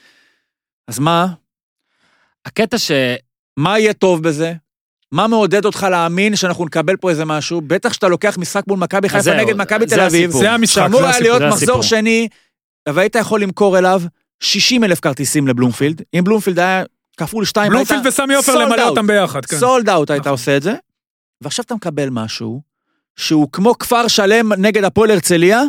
אז מה? הקטע ש... מה יהיה טוב בזה? מה מעודד אותך להאמין שאנחנו נקבל פה איזה משהו? בטח שאתה לוקח משחק מול מכבי חיפה זהו, נגד מכבי זה תל אביב, הסיפור. זה המשחק, שאמור זה היה הסיפור. להיות זה מחזור הסיפור. שני, והיית יכול למכור אליו שישים אלף כרטיסים לבלומפילד, אם בלומפילד היה כפול שתיים, בלומפילד וסמי עופר למלא אותם ביחד, כן. סולד אאוט היית נכון. עושה את זה, ועכשיו אתה מקבל משהו, שהוא כמו כפר שלם נגד הפועל הרצליה,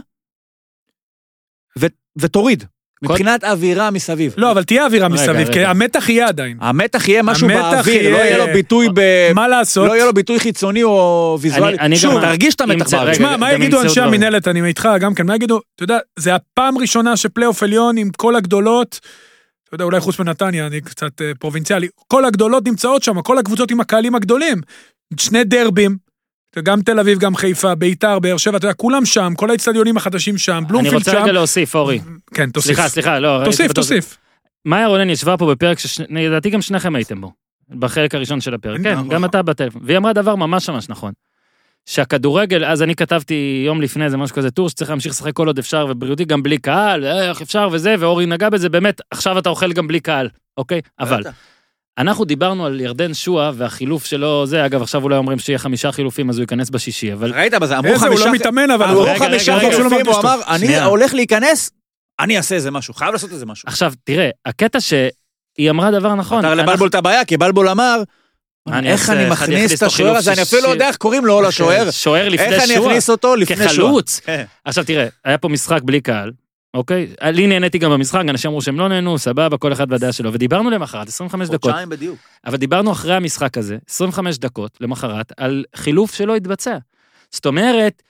ו- ותוריד, מבחינת אווירה מסביב. לא, אבל תהיה אווירה מסביב, רגע. כי המתח יהיה עדיין. המתח יהיה משהו המתח באוויר, יהיה- לא יהיה לו ביטוי ב... מה לעשות? לא יהיה לו ביטוי חיצוני או ויזואלי. אני- אני שוב, גם- תרגיש את אם המתח זה- באוויר. רגע, תשמע, מה גם יגידו ימצאו אנשי דברים. המנהלת, אני איתך גם כן, מה יגידו, אתה יודע, זה הפעם ראשונה שפלייאוף עליון עם כל הגדולות, אתה יודע, אולי חוץ מנתניה, אני קצת אה, פרובינציאלי, כל הגדולות נמצאות שם, כל הקבוצות עם הקהלים הגדולים, שני דרבים, גם תל אביב, גם חיפה, ביתר, באר שבע, אתה יודע, כולם שם, כל האצטדיונים החדשים שם, אני בלומפילד רוצה שם. רגע להוסיף, אורי. כן, תוסיף. סליחה, סליחה, לא. ראיתי תוסיף, בטוח- תוסיף. מאיה רונן ישבה פה בפרק שלדעתי גם שניכם הייתם בו, בחלק הראשון של הפרק, כן, נכון. גם אתה בטלפון, והיא אמרה דבר ממש ממש נכון, שהכדורגל, אז אני כתבתי יום לפני זה משהו כזה טור, שצריך להמשיך לשחק כל עוד אפשר, ובריאותי גם בלי קהל, איך אפשר וזה, ואורי נגע בזה, באמת, עכשיו אתה אוכל גם בלי קהל, אוקיי? אבל, אנחנו דיברנו על ירדן שואה, והחילוף שלו, זה, אגב, עכשיו אולי אומרים שיהיה חמישה חילופים, אז הוא ייכנס בשישי, אבל... ראית בזה, אמרו איזה, הוא חמישה... לא מתאמן, אבל אמרו הוא... רגע, חמישה רגע, רגע, חילופים, הוא לא הוא מרגיש אמר, אני שנייה. הולך להיכנס, אני אעשה איזה משהו, חייב לעשות איזה משהו. עכשיו, תראה, הקטע שהיא אמרה דבר נכון. פתר לבלבול את הבעיה, כי בלבול אמר, אני איך אעשה- אני אחד מכניס יכניס את לו השוער חילוף הזה, אני שישי. אפילו לא יודע איך קוראים לו לשוער, שוער לפני שואה. איך אני אכניס אותו לפני שואה. כחלוץ. כן. עכשיו תראה, היה פה משחק בלי קהל, אוקיי? לי נהניתי גם במשחק, אנשים אמרו שהם לא נהנו, סבבה, כל אחד והדעה שלו, ודיברנו למחרת, עשרים וחמש דקות, חודשיים בדיוק. אבל דיברנו אחרי המשחק הזה, עשרים וחמש דקות למחרת, על חילוף שלא התבצע. זאת אומרת,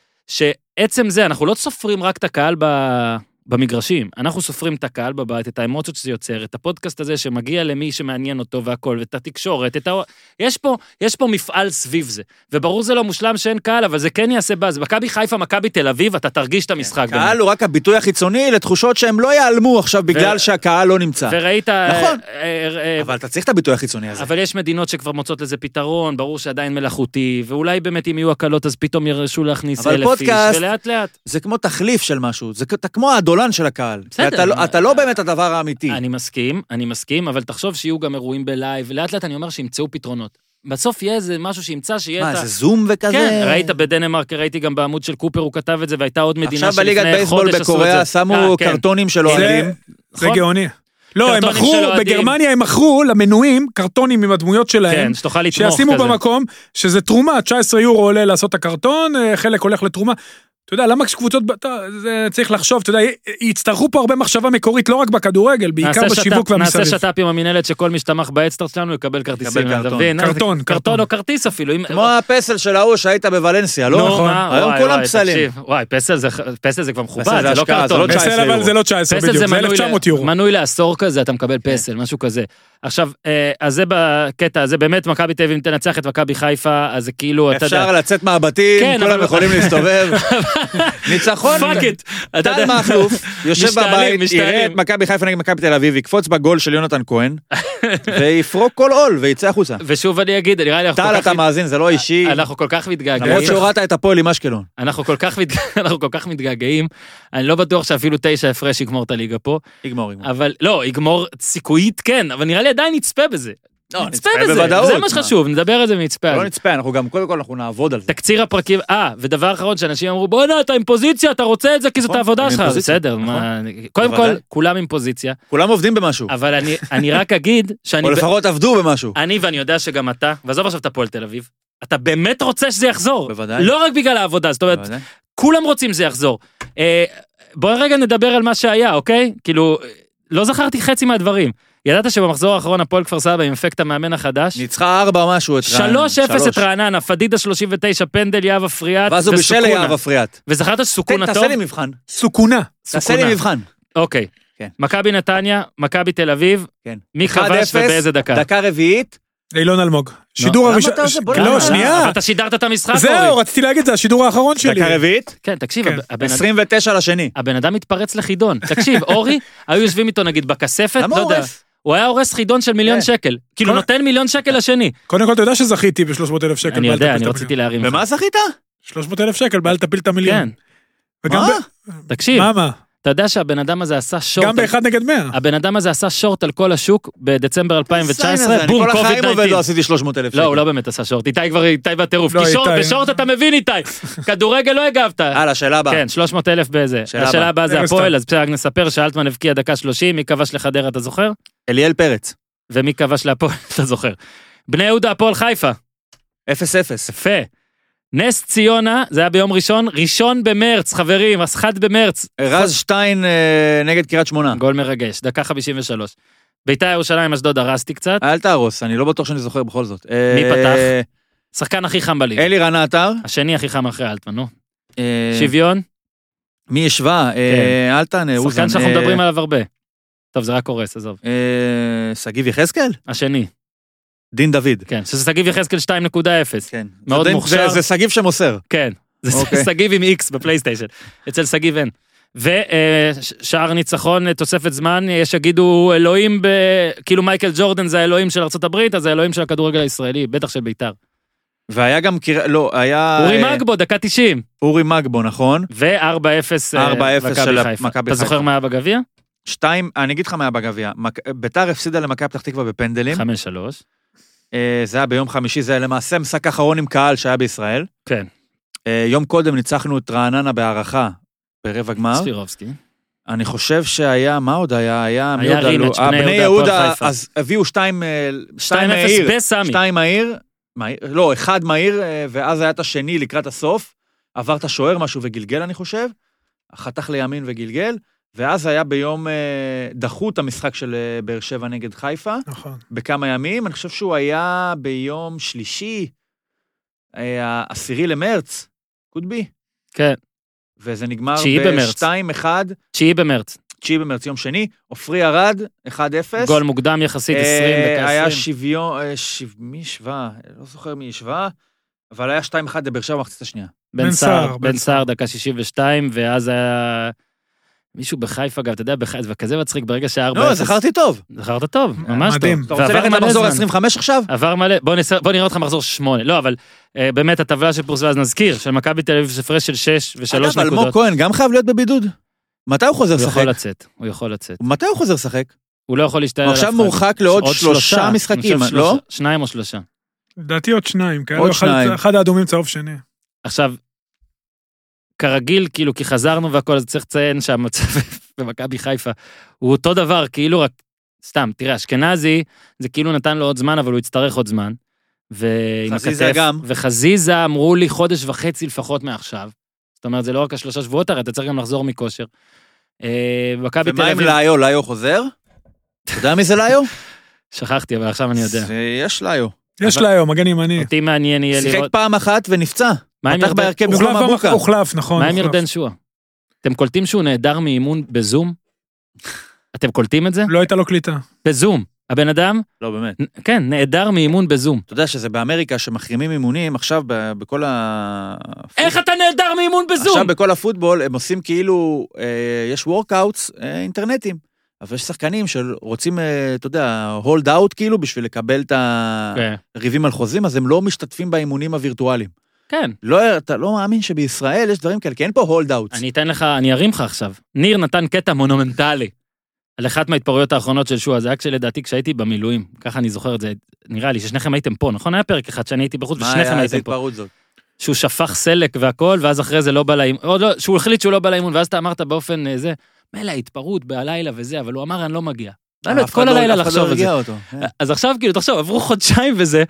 שעצם זה, אנחנו לא סופרים רק את הקהל ב... במגרשים, אנחנו סופרים את הקהל בבית, את האמוציות שזה יוצר, את הפודקאסט הזה שמגיע למי שמעניין אותו והכל, ואת התקשורת, את ה... יש פה, יש פה מפעל סביב זה, וברור זה לא מושלם שאין קהל, אבל זה כן יעשה באז. מכבי חיפה, מכבי תל אביב, אתה תרגיש את המשחק. קהל הוא רק הביטוי החיצוני לתחושות שהם לא ייעלמו עכשיו בגלל שהקהל לא נמצא. וראית... נכון. אה, אה, אבל אתה צריך את הביטוי החיצוני הזה. אבל יש מדינות שכבר מוצאות לזה פתרון, ברור שעדיין מלאכותי, ואולי באמת אם יהיו הקלות, אז פתאום ירשו להכניס אבל אלף איש, פודקאסט- ולאט לאט. זה כמו תחליף של משהו, זה כ- כמו הדולן של הקהל. בסדר. אתה לא- אתה לא באמת הדבר האמיתי. אני מסכים, אני מסכים, אבל תחשוב שיהיו גם אירועים בלייב, ולאט לאט אני אומר שימצאו פתרונות. בסוף יהיה איזה משהו שימצא, שיהיה מה, את ה... זה זום וכזה? כן, ראית בדנמרק, ראיתי גם בעמוד של קופר, הוא כתב את זה, והייתה עוד מדינה עכשיו בליגת שלפני בייסבול חודש עשו את בקוריאה זה. שמו אה, כן. קרטונים של זה- אוהדים. זה נכון? גאוני. לא, הם קרטונים מכרו, של אוהדים. בגרמניה הם מכרו למנויים קרטונים עם הדמויות שלהם, כן, שתוכל לתמוך שישימו כזה. במקום, שזה תרומה, תשע עשרה יורו עולה לעשות את הקרטון, אה, חלק הולך לתרומה. אתה יודע, למה כשקבוצות, אתה- זה צריך לחשוב, אתה יודע, יצטרכו פה הרבה מחשבה מקורית, לא רק בכדורגל, בעיקר נעשה בשיווק שת"פ- נעשה והמסביב. שת"פ עם המנהלת שכל מי שתמך באדסטארט שלנו יקבל כרטיסים. יקבל אתה קרטון. מבין? קרטון, קרטון קרטון. או כרטיס אפילו. אם- כמו הפסל של ההוא שהיית בוולנסיה, לא? נו, מה? היום וואי, כולם וואי, פסלים. תקשיב, וואי, פסל זה- פסל זה כבר מכובד, פסל זה זה לא השקעה, זה קרטון. לא תשע עשרה פסל אבל יורו. זה לא תשע עשרה פסל בדיוק, זה זה מנוי אלף תשע מאות ל- יורו. מנוי לעשור כזה, אתה מקבל פסל, משהו כזה. עכשיו, אה, אז זה בקטע, זה באמת מכבי תל אביב, אם תנצח את מכבי חיפה, אז זה כאילו, אתה יודע... אפשר לצאת מהבתים, כן, כולם אבל- יכולים להסתובב. ניצחון. פאק איט. אתה טל יודע. מכלוף, יושב משתעלים, בבית, יראה משתעלים. את מכבי חיפה נגד מכבי תל אביב, יקפוץ בגול של יונתן כהן, ויפרוק כל עול, ויצא החוצה. ושוב אני אגיד, נראה לי אנחנו טל, כל כך אתה מת- מאזין, זה לא אישי. אנחנו כל כך מתגעגעים. למרות שהורדת את הפועל עם אשקלון. אנחנו כל כך מת- אנחנו כל כך מתגעגעים. אני לא בטוח שאפילו תשע הפרש יגמור את הליגה פה, יגמור, יגמור. אבל לא, יגמור סיכויית כן, אבל נראה לי עדיין נצפה בזה. לא, נצפה נצפה בזה, בוודאות. זה מה שחשוב, נדבר על זה ונצפה על לא זה. נצפה, אנחנו גם, קודם כל אנחנו נעבוד על זה. תקציר הפרקים, אה, ודבר אחרון שאנשים אמרו, בוא'נה, אתה עם פוזיציה, אתה רוצה את זה כי זאת נכון, העבודה אני עם שלך, פוזיציה, בסדר, נכון. מה, קודם כל, בוודאי. כולם עם פוזיציה, כולם עובדים במשהו. אבל אני- אני רק אגיד שאני, או ב- לפחות עבדו במשהו. אני ואני יודע שגם אתה, ועזוב עכשיו את הפועל תל אביב, אתה באמת רוצה שזה יחזור, בוודאי. לא רק בגלל העבודה, זאת אומרת, בוודאי. כולם רוצים שזה יחזור. אה, בואו רגע נדבר על מה שהיה, אוקיי? כאילו, לא זכרתי חצי מהדברים. ידעת שבמחזור האחרון הפועל כפר סבא עם אפקט המאמן החדש? ניצחה ארבע משהו את רעננה. שלוש אפס את רעננה, פדידה שלושים ותשע, פנדל יהב אפריאט ואז הוא בישל ליהב אפריאט. וזכרת שסוכון הטוב? תעשה לי מבחן. סוכונה. תעשה לי מבחן. אוקיי. כן. מכבי נתניה, מכבי תל אביב, כן. מי כבש ובאיזה דקה? דקה רביעית. אילון אלמוג. שידור הראשון. לא, שנייה. אבל אתה שידרת את המשחק, זהו, רציתי להגיד, זה השידור האחרון שלי. דקה רביעית. כן, תקשיב, עשרים ותשע לשני. הבן אדם מתפרץ לחידון. תקשיב, אורי, היו יושבים איתו נגיד בכספת, למה לא יודע. הורס? הוא היה הורס חידון של מיליון שקל. כאילו נותן מיליון שקל לשני. קודם כל, אתה יודע שזכיתי ב-שלוש מאות אלף שקל. אני יודע, אני רציתי להרים. במה זכית? שלוש מאות אלף שקל, בעל תפיל את המיליון. כן. תקשיב. מה, מה? אתה יודע שהבן אדם הזה עשה שורט... גם באחד נגד מאה. הבן אדם הזה עשה שורט על כל השוק בדצמבר אלפיים תשע עשרה, בום, כל החיים עובד קוביד לא עשיתי שלוש מאות אלף שקל. לא, הוא לא באמת עשה שורט. איתי כבר, איתי בטירוף. לא, כי שורט, איתי. בשורט אתה מבין איתי. כדורגל לא הגבת. הלאה, שאלה הבאה. כן, שלוש מאות אלף באיזה. שאלה השאלה הבאה זה ארז הפועל, טל. אז בסדר, נספר שאלטמן הבקיע דקה שלושים, מי כבש לחדרה, אתה זוכר? אליאל פרץ. ומי כבש להפועל, אתה זוכר. בני יהודה, הפועל חיפה. אפס אפס. יפה. נס ציונה, זה היה ביום ראשון, ראשון במרץ, חברים, אז חד במרץ. רז שטיין אה, נגד קריית שמונה. גול מרגש, דקה חמישים ושלוש. בית"ר ירושלים, אשדוד, הרסתי קצת. אל תהרוס, אני לא בטוח שאני זוכר בכל זאת. מי אה, פתח? שחקן הכי חם בליגה. אלי רנה עטר. השני הכי חם אחרי אלטמן, נו. אה, שוויון, מי ישבה? אה, אלטן, אוזן. שחקן שאנחנו אה, מדברים עליו הרבה. טוב, זה רק קורס, עזוב. אה, שגיב יחזקאל? השני, דין דוד. כן, שזה שגיב יחזקאל שתיים נקודה אפס. כן. מאוד זה דין- מוכשר. זה- זה שגיב שמוסר. כן, זה אוקיי. שגיב עם איקס בפלייסטיישן. אצל שגיב אין. ושער ניצחון, תוספת זמן, יש יגידו אלוהים, ב... כאילו מייקל ג'ורדן זה האלוהים של ארצות הברית, אז זה האלוהים של הכדורגל הישראלי, בטח של בית"ר. והיה גם, קיר- לא, היה... אורי אה, מגבו, דקה תשעים. אורי מגבו, נכון? ו-ארבע אפס ארבע אפס של מכבי חיפה. מכבי אתה זוכר חיפה. מה היה בגביע? שתיים, אני אגיד לך מה היה בגביע. מק- ביתר הפסידה למכבי פתח תקווה בפנדלים. חמש שלוש. אה, זה היה ביום חמישי, זה היה למעשה משחק אחרון עם קהל שהיה בישראל. כן. אה, יום קודם ניצחנו את רעננה בהערכה ברבע גמר. ספירובסקי. אני חושב שהיה, מה עוד היה? היה, מי היה עוד עלו? רימץ', אה, בני בני יהודה, הפועל יהודה, חיפה. אז הביאו שתיים, אה, שתיים אפס מהיר, בסמי. שתיים מהיר, מהיר, לא, אחד מהיר, אה, ואז היה את השני לקראת הסוף, עבר את השוער משהו וגלגל, אני חושב, חתך לימין וגלגל, ואז היה ביום, אה, דחו את המשחק של אה, באר שבע נגד חיפה, נכון. בכמה ימים, אני חושב שהוא היה ביום שלישי, אה, העשירי למרץ, קודבי, כן, וזה נגמר תשיעי במרץ. ב-שתיים אחד, תשיעי במרץ. תשיעי במרץ יום שני, עופרי ארד, אחד אפס. גול מוקדם יחסית, עשרים, אה, דקה היה עשרים. שוויון, אה, שו- מי ישבה? לא זוכר מי ישבה, אבל היה שתיים אחד לבאר שבע במחצית השנייה. בן בן סער, סער, בן בן סער, דקה שישים ושתיים, ואז היה מישהו בחיפה גם, אתה יודע, בחיפה, זה כזה מצחיק, ברגע שהארבע לא, אפס. זכרתי טוב. זכרת טוב, ממש מדהים. טוב. אתה רוצה ועבר ללכת מלא למחזור זמן. עשרים וחמש עכשיו? עבר מלא, בוא נס- בוא נראה אותך מחזור שמונה, לא, אבל אה, באמת הטבלה שפורסמה, אז נזכיר, של מכבי תל אביב הפרש של שש ושלוש אגב, אלמוג נקודות. כהן גם חייב להיות בבידוד? מתי הוא חוזר הוא לשחק? יכול לצאת, הוא יכול לצאת. מתי הוא חוזר לשחק? הוא לא יכול להשתעל הוא על עכשיו אף אחד. מורחק לעוד עוד שלושה אני משחקים, חושב לא? שלושה- שניים או שלושה. לדעתי עוד שניים, כאלה עוד אחד- שניים. אחד האדומים צהוב שני. עכשיו, כרגיל, כאילו, כי חזרנו והכל, אז צריך לציין שהמצב במכבי חיפה הוא אותו דבר, כאילו רק, סתם, תראה, אשכנזי, זה כאילו נתן לו עוד זמן, אבל הוא יצטרך עוד זמן. ועם חזיזה הכתף, גם. וחזיזה אמרו לי חודש וחצי לפחות מעכשיו. זאת אומרת, זה לא רק השלושה שבועות, הרי אתה צריך גם לחזור מכושר. אה, מכבי תל ומה עם אביב, לאיו? לאיו חוזר? אתה יודע מי זה לאיו? שכחתי, אבל עכשיו אני יודע. יש לאיו. יש אבל- לה היום, מגן ימני. אותי מעניין יהיה שיחק לראות. פעם אחת ונפצע. מה עם פתח ירדן- בהרכב הוחלף במקום במח- מבוקה. הוחלף, נכון. מה עם הוחלף. ירדן שועה? אתם קולטים שהוא נהדר מאימון בזום? אתם קולטים את זה? לא הייתה לו קליטה. בזום. הבן אדם, לא, באמת. כן, נהדר מאימון בזום. אתה יודע שזה באמריקה שמחרימים אימונים, עכשיו ב- בכל ה... איך אתה נהדר מאימון בזום? עכשיו בכל הפוטבול הם עושים כאילו, אה, יש וורקאוטס אה, אינטרנטיים, אבל יש שחקנים שרוצים, אה, אתה יודע, הולד אאוט כאילו, בשביל לקבל את כן. הריבים על חוזים, אז הם לא משתתפים באימונים הווירטואליים. כן. לא, אתה לא מאמין שבישראל יש דברים כאלה, כי אין פה הולד אאוטס. אני אתן לך, אני ארים לך עכשיו. ניר נתן קטע מונומנטלי על אחת מההתפרעויות האחרונות של שועה, זה היה כשלדעתי כשהייתי במילואים, ככה אני זוכר את זה, נראה לי ששניכם הייתם פה, נכון? היה פרק אחד שאני הייתי בחוץ מה ושניכם היה, איזה הייתם פה. התפרעות זאת? שהוא שפך סלק והכל, ואז אחרי זה לא בא לאימון, או לא, שהוא החליט שהוא לא בא לאימון, ואז אתה אמרת באופן אה, זה, מילא התפרעות בלילה וזה, אבל הוא אמר אני לא מגיע. היה לו את אף כל אחד לא- הלילה אף אחד לחשוב לא על זה. הרגיע אותו. כן. אז עכשיו כאילו, תחשוב, עברו חודשיים וזה,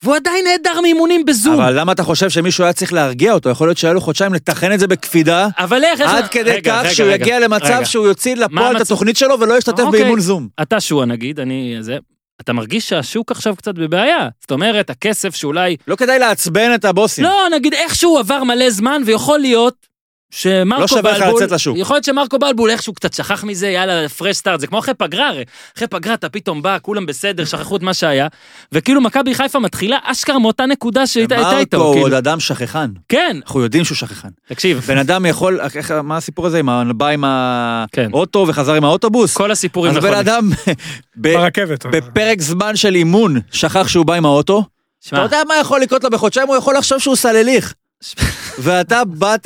והוא עדיין נהדר מאימונים בזום. אבל למה אתה חושב שמישהו היה צריך להרגיע אותו? יכול להיות שהיה לו חודשיים לתכן את זה בכפידה, אבל איך... עד כדי כך שהוא יגיע למצב שהוא יוציא לפועל את התוכנית שלו ולא ישתתף באימון זום. אתה שועה נגיד, אני... אתה מרגיש שהשוק עכשיו קצת בבעיה. זאת אומרת, הכסף שאולי... לא כדאי לעצבן את הבוסים. לא, נגיד איכשהו עבר מלא זמן, ויכול להיות שמרקו לא שווה לך לצאת לשוק. יכול להיות שמרקו בלבול איכשהו קצת שכח מזה, יאללה, פרש סטארט, זה כמו אחרי פגרה, הרי. אחרי פגרה אתה פתאום בא, כולם בסדר, שכחו את מה שהיה, וכאילו מכבי חיפה מתחילה אשכרה מאותה נקודה שהייתה איתו. מרקו הוא עוד אדם שכחן. כן. אנחנו יודעים שהוא שכחן. תקשיב. בן אדם יכול, מה הסיפור הזה? בא עם האוטו וחזר עם האוטובוס? כל הסיפורים נכונים. אז בן אדם, ברכבת. בפרק זמן של אימון, שכח שהוא בא עם האוטו. אתה יודע מה יכול לקרות לו בחודשיים? הוא יכול לחשוב שהוא סלליך. ואתה באת,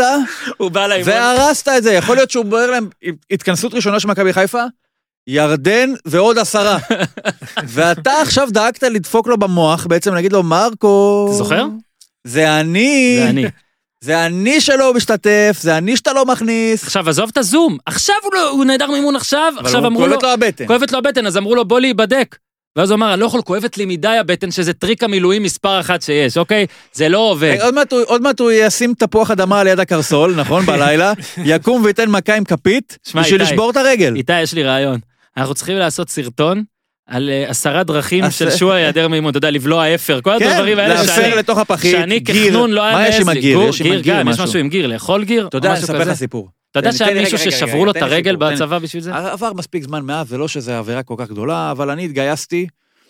והרסת את זה. יכול להיות שהוא בוער להם התכנסות ראשונה של מכבי חיפה, ירדן ועוד עשרה. ואתה עכשיו דאגת לדפוק לו במוח, בעצם להגיד לו, מרקו... אתה זוכר? זה אני. זה אני. זה אני שלא משתתף, זה אני שאתה לא מכניס. עכשיו, עזוב את הזום. עכשיו הוא, לא, הוא נהדר מימון עכשיו. עכשיו אמרו כואבת לו הבטן. כואבת לו הבטן, אז אמרו לו, בוא להיבדק. ואז הוא אמר, אני לא יכול, כואבת לי מדי הבטן, שזה טריק המילואים מספר אחת שיש, אוקיי? זה לא עובד. עוד מעט, עוד מעט הוא ישים תפוח אדמה על יד הקרסול, נכון, בלילה, יקום וייתן מכה עם כפית, בשביל לשבור את הרגל. איתי, יש לי רעיון. אנחנו צריכים לעשות סרטון, על עשרה דרכים של שועה היעדר מימון, אתה יודע, לבלוע אפר, כל הדברים האלה להפר לתוך הפחית, שאני כחנון לא היה מה יש עם הגיר? יש עם הגיר גם, יש משהו עם גיר, לאכול גיר, אתה יודע, אני אספר לך סיפור. אתה יודע שהיה מישהו ששברו לו את הרגל בצבא בשביל זה? עבר מספיק זמן מאז, זה לא שזה עבירה כל כך גדולה, אבל אני התגייסתי,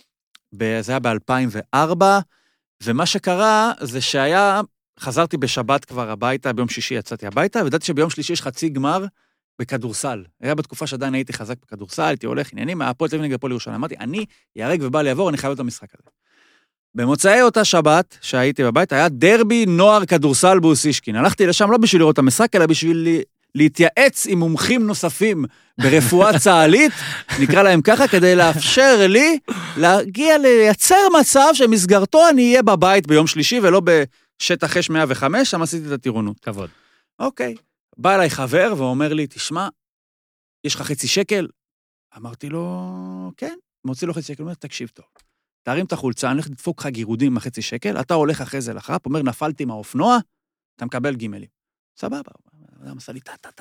זה היה ב-אלפיים וארבע, ומה שקרה זה שהיה, חזרתי בשבת כבר הביתה, ביום שישי יצאתי הביתה, ודעתי שביום שלישי יש חצי גמר בכדורסל. היה בתקופה שעדיין הייתי חזק בכדורסל, הייתי הולך עניינים, מהפועל תל אביב נגד הפועל ירושלים. אמרתי, אני יהרג ובא לי עבור, אני חייב את המשחק הזה. במוצאי אותה שבת שהייתי בבית, היה דרבי נוער כדורסל באוסישקין. הלכתי לשם לא בשביל לראות את המשחק, אלא בשביל להתייעץ עם מומחים נוספים ברפואה צהלית, נקרא להם ככה, כדי לאפשר לי להגיע לייצר מצב שמסגרתו אני אהיה בבית ביום שלישי, ולא בשטח אש מאה וחמש, שם עשיתי את הטירונות. כבוד. אוקיי. בא אליי חבר ואומר לי, תשמע, יש לך חצי שקל? אמרתי לו, כן. מוציא לו חצי שקל, אומר, תקשיב טוב. תרים את החולצה, אני הולך לדפוק לך גירודים עם החצי שקל, אתה הולך אחרי זה לחרפ, אומר, נפלתי מהאופנוע, אתה מקבל גימלים. סבבה. אדם עשה לי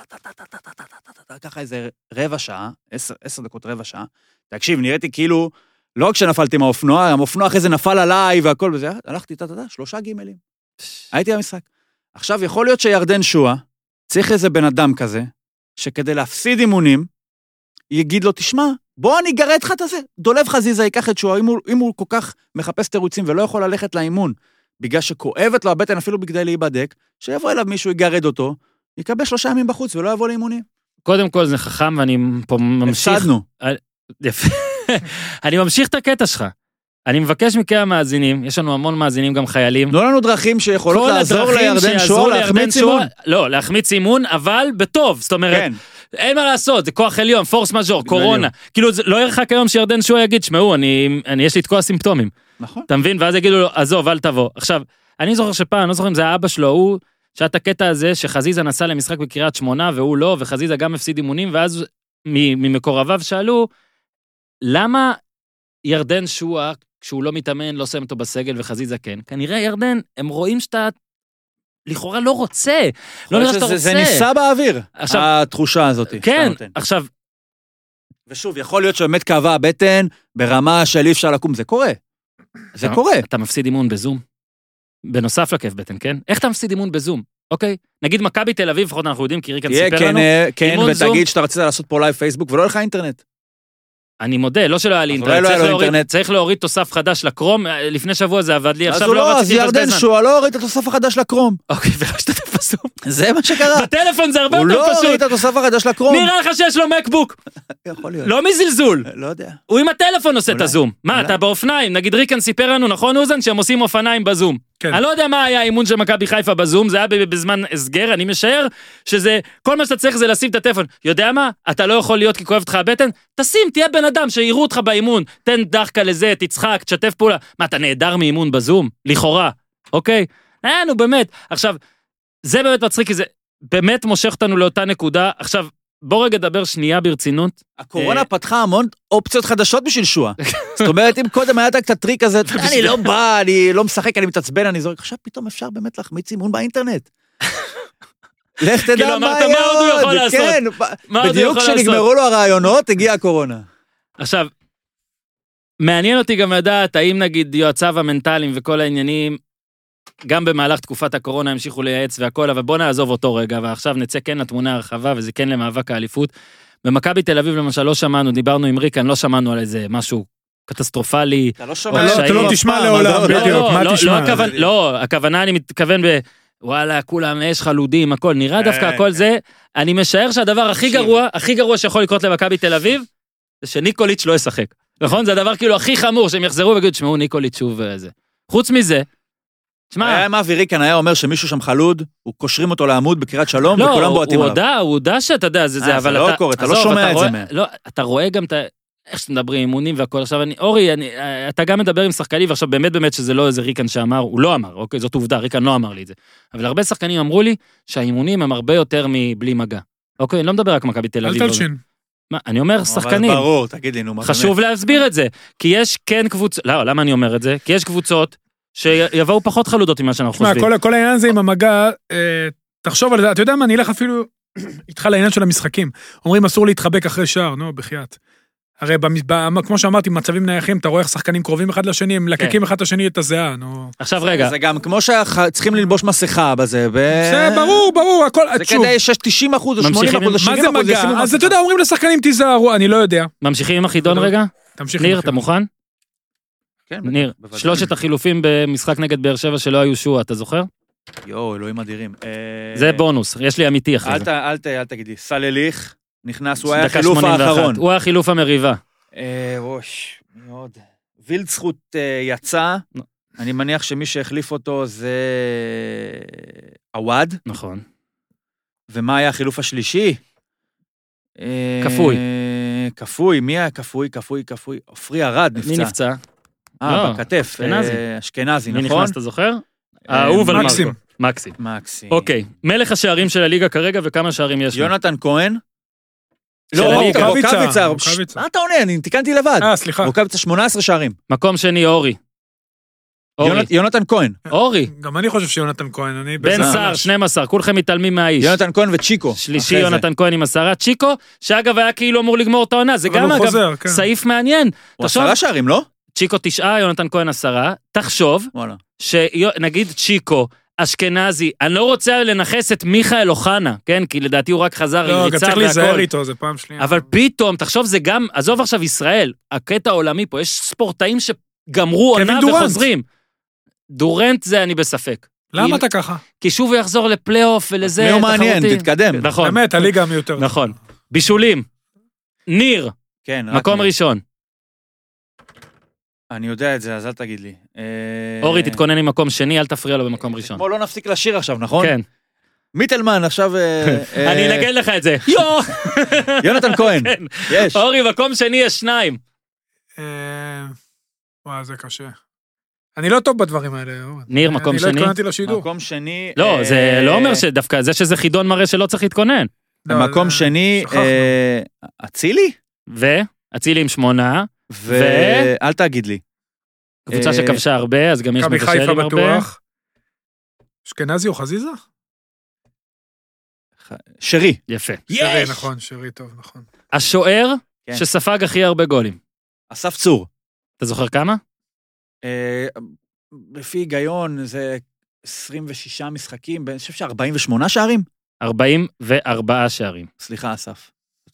ככה איזה רבע שעה, עשר דקות רבע שעה. תקשיב, נראיתי כאילו, לא רק שנפלתי מהאופנוע, האופנוע אחרי זה נפל עליי והכל בזה, הלכתי, שלושה גימלים. הייתי במשחק. עכשיו, יכול להיות שירדן שועה, צריך איזה בן אדם כזה, שכדי להפסיד אימונים, יגיד לו, תשמע, בוא אני אגרד לך את הזה. דולב חזיזה ייקח את שועה, אם הוא, אם הוא כל כך מחפש תירוצים ולא יכול ללכת לאימון, בגלל שכואבת לו הבטן אפילו בכדי להיבדק, שיבוא אליו מישהו, יגרד אותו, יקבל שלושה ימים בחוץ ולא יבוא לאימונים. קודם כל זה חכם ואני פה ממשיך... הפסדנו. יפה. אני ממשיך את הקטע שלך. אני מבקש מכם המאזינים, יש לנו המון מאזינים גם חיילים. תנו לנו דרכים שיכולות לעזור לירדן שועה, להחמיץ אימון. לא, להחמיץ אימון, אבל בטוב. זאת אומרת, כן. אין מה לעשות, זה כוח עליון, פורס מז'ור, קורונה. כאילו, לא ירחק היום שירדן שועה יגיד, שמעו, אני, אני, יש לי את כל הסימפטומים. נכון. אתה מבין? ואז יגידו לו, עזוב, אל תבוא. עכשיו, אני זוכר שפעם, אני לא זוכר אם זה האבא שלו, הוא, שאת הקטע הזה שחזיזה נסע למשחק בקריית שמונה, והוא לא, וחזיזה גם הפסיד אימונים, ואז ממקורביו שאלו, למה ירדן שועה, כשהוא לא מתאמן, לא שם אותו בסגל, וחזיזה כן? כנראה ירדן, הם רואים שאתה לכאורה לא רוצה, לא נראה שאתה רוצה. זה ניסה באוויר, התחושה הזאת. כן, עכשיו... ושוב, יכול להיות שבאמת כאבה הבטן, ברמה של אי אפשר לקום, זה קורה. זה קורה. אתה מפסיד אימון בזום. בנוסף לכיף בטן, כן? איך אתה מפסיד אימון בזום? אוקיי? נגיד מכבי תל אביב, לפחות אנחנו יודעים, כי ריקן סיפר לנו. כן, ותגיד שאתה רצית לעשות פה לייב פייסבוק, ולא לך אינטרנט. אני מודה, לא שלא היה לי אינטרנט, צריך להוריד תוסף חדש לקרום, לפני שבוע זה עבד לי, עכשיו לא רציתי לבזבז זמן. אז ירדן שועה לא הוריד את התוסף החדש לקרום. אוקיי, ולא השתתף בזום. זה מה שקרה. בטלפון זה הרבה יותר פשוט. הוא לא פשוט. הוריד את התוסף החדש לקרום. נראה לך שיש לו מקבוק. יכול להיות. לא מזלזול. לא יודע. הוא עם הטלפון עושה את הזום. מה, אתה באופניים? נגיד ריקן סיפר לנו, נכון אוזן, שהם עושים אופניים בזום. אני לא יודע מה היה האימון של מכבי חיפה בזום, זה היה בזמן הסגר, אני משער שזה, כל מה שאתה צריך זה לשים את הטלפון. יודע מה? אתה לא יכול להיות כי כואבת לך הבטן, תשים, תהיה בן אדם שיראו אותך באימון, תן דחקה לזה, תצחק, תשתף פעולה. מה, אתה נהדר מאימון בזום? לכאורה. אוקיי? אה, נו, באמת. עכשיו, זה באמת מצחיק, כי זה באמת מושך אותנו לאותה נקודה. עכשיו, בוא רגע דבר שנייה ברצינות. הקורונה פתחה המון אופציות חדשות בשביל שואה. זאת אומרת, אם קודם היה את הטריק הזה, אני לא בא, אני לא משחק, אני מתעצבן, אני זורק, עכשיו פתאום אפשר באמת להחמיץ אימון באינטרנט. לך תדע מה מה עוד הוא יכול לעשות? כן, בדיוק כשנגמרו לו הרעיונות, הגיעה הקורונה. עכשיו, מעניין אותי גם לדעת, האם נגיד יועציו המנטליים וכל העניינים, גם במהלך תקופת הקורונה המשיכו לייעץ והכל, אבל בוא נעזוב אותו רגע, ועכשיו נצא כן לתמונה הרחבה, וזה כן למאבק האליפות. במכבי תל אביב למשל לא שמענו, דיברנו עם ריקן, לא שמענו על איזה משהו קטסטרופלי. אתה לא שומע, אתה לא תשמע לעולם, בדיוק, מה תשמע? לא, הכוונה, אני מתכוון ב... וואלה, כולם אש חלודים, הכל, נראה דווקא הכל זה, אני משער שהדבר הכי גרוע, הכי גרוע שיכול לקרות למכבי תל אביב, זה שניקוליץ' לא ישחק. נכון? זה הדבר כאילו הכי חמור, שהם יחזרו ויגידו, תשמעו, ניקוליץ' שוב זה. חוץ מזה, תשמע... היה מעבירי כאן, היה אומר שמישהו שם חלוד, הוא קושרים אותו לעמוד בקריית שלום, וכולם בועטים עליו. לא, הוא הודע שאתה יודע, זה זה, אבל אתה... זה לא קורה, אתה לא שומע את זה מהם. לא, אתה רואה גם את ה... איך שאתם מדברים, אימונים והכל. עכשיו, אני, אורי, אני, אתה גם מדבר עם שחקנים, ועכשיו באמת באמת שזה לא איזה ריקן שאמר, הוא לא אמר, אוקיי, זאת עובדה, ריקן לא אמר לי את זה. אבל הרבה שחקנים אמרו לי שהאימונים הם הרבה יותר מבלי מגע. אוקיי, אני לא מדבר רק מכבי תל אביב. אל תלשין. מה, אני אומר שחקנים. אבל ברור, תגיד לי, נו, מה באמת. חשוב להסביר את זה, כי יש כן קבוצות, לא, למה אני אומר את זה? כי יש קבוצות שיבואו פחות חלודות ממה שאנחנו חושבים. כל, כל העניין הזה עם המגע, אה, תחשוב על זה, אתה יודע מה, אני אלך אפילו איתך לעניין של המשחקים. אומרים, אסור להתחבק אחרי שער, נו, בחייאת. הרי כמו שאמרתי, מצבים נייחים, אתה רואה איך שחקנים קרובים אחד לשני, הם לקקים אחד לשני את הזיעה, נו. עכשיו רגע. זה גם כמו שצריכים ללבוש מסכה בזה, זה ברור, ברור, הכל, זה כדי שיש תשעים אחוז או שמונים אחוז או שבעים אחוז. מה זה מגע? אז אתה יודע, אומרים לשחקנים תיזהרו, אני לא יודע. ממשיכים עם החידון רגע? ניר, אתה מוכן? כן. ניר, שלושת החילופים במשחק נגד באר שבע שלא היו שועה, אתה זוכר? יואו, אלוהים אדירים. זה בונוס, יש לי אמיתי אחרי זה. אל תגידי, סלליך. נכנס, הוא היה החילוף האחרון. הוא היה חילוף המריבה. ראש, מאוד. וילדסחוט יצא, אני מניח שמי שהחליף אותו זה עווד. נכון. ומה היה החילוף השלישי? כפוי. כפוי, מי היה כפוי, כפוי, כפוי? עופרי ארד נפצע. מי נפצע? אה, בכתף. אשכנזי. אשכנזי, נכון? מי נכנס, אתה זוכר? האהוב על מרקו. מקסים. מקסים. אוקיי, מלך השערים של הליגה כרגע וכמה שערים יש לו? יונתן כהן. לא, רוקאביצה. מה אתה עונה? אני תיקנתי לבד. אה, סליחה. רוקאביצה שמונה עשרה שערים. מקום שני, אורי. יונתן כהן. אורי. גם אני חושב שיונתן כהן. בן סער, שנים עשר, כולכם מתעלמים מהאיש. יונתן כהן וצ'יקו. שלישי יונתן כהן עם עשרה. צ'יקו, שאגב היה כאילו אמור לגמור את העונה, זה גם אגב סעיף מעניין. הוא עשרה שערים, לא? צ'יקו תשעה, יונתן כהן עשרה. תחשוב, שנגיד צ'יקו, אשכנזי, אני לא רוצה לנחס את מיכאל אוחנה, כן? כי לדעתי הוא רק חזר עם ריצה והכל. לא, צריך להיזהר איתו, זה פעם שנייה. אבל פתאום, תחשוב, זה גם, עזוב עכשיו ישראל, הקטע העולמי פה, יש ספורטאים שגמרו עונה וחוזרים. דורנט זה אני בספק. למה אתה ככה? כי שוב הוא יחזור לפלייאוף ולזה תחרותי. מי הוא מעניין, תתקדם. נכון. באמת, הליגה המיותר. נכון. בישולים. ניר. כן. מקום ראשון. אני יודע את זה, אז אל תגיד לי. אורי, תתכונן עם מקום שני, אל תפריע לו במקום ראשון. כמו לא נפסיק לשיר עכשיו, נכון? כן. מיטלמן, עכשיו... אני אנגן לך את זה. יו! יונתן כהן. יש. אורי, מקום שני יש שניים. וואו, זה קשה. אני לא טוב בדברים האלה. ניר, מקום שני. אני לא התכוננתי לשידור. מקום שני... לא, זה לא אומר שדווקא, זה שזה חידון מראה שלא צריך להתכונן. מקום שני... אצילי? ו? אצילי עם שמונה. ואל תגיד לי. קבוצה שכבשה הרבה, אז גם יש מבשל עם הרבה. אשכנזי או חזיזה? שרי. יפה. שרי, נכון, שרי טוב, נכון. השוער שספג הכי הרבה גולים. אסף צור. אתה זוכר כמה? לפי היגיון זה עשרים ושישה משחקים, אני חושב ש-ארבעים ושמונה שערים? ארבעים וארבעה שערים. סליחה, אסף.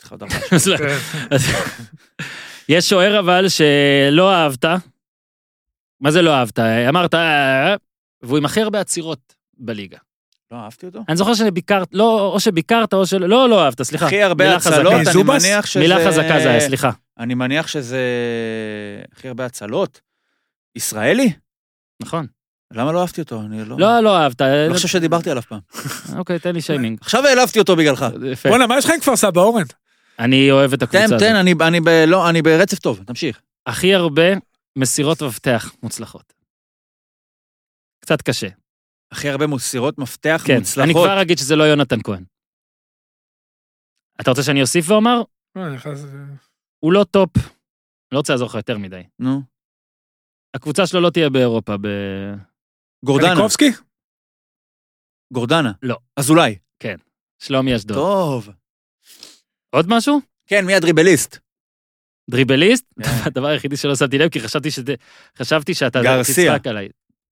יש שוער אבל שלא אהבת. מה זה לא אהבת? אמרת, והוא עם הכי הרבה עצירות בליגה. לא אהבתי אותו? אני זוכר שביקרת, לא, או שביקרת או שלא, לא, לא אהבת, סליחה. הכי הרבה הצלות, אני מניח שזה... מילה חזקה זה היה, סליחה. אני מניח שזה הכי הרבה הצלות. ישראלי? נכון. למה לא אהבתי אותו? אני לא... לא, לא אהבת. אני חושב שדיברתי עליו פעם. אוקיי, תן לי שיימינג. עכשיו העלבתי אותו בגללך. בוא'נה, מה יש לך עם כפר סבא, אורן? אני אוהב את הקבוצה הזאת. תן, תן, אני ברצף טוב, תמשיך. הכי הרבה מסירות מפתח מוצלחות. קצת קשה. הכי הרבה מסירות מפתח כן, מוצלחות. אני כבר אגיד שזה לא יונתן כהן. אתה רוצה שאני אוסיף ואומר? לא, אני נכנס... הוא לא טופ. לא רוצה לעזור לך יותר מדי. נו. הקבוצה שלו לא תהיה באירופה, ב... גורדנה. קניקובסקי? גורדנה. לא. אז אולי. כן. שלומי אשדוד. טוב. עוד משהו? כן, מי הדריבליסט? דריבליסט? כן. הדבר היחידי שלא שמתי לב, כי חשבתי שזה... חשבתי שאתה גרסיה. תצחק עליי.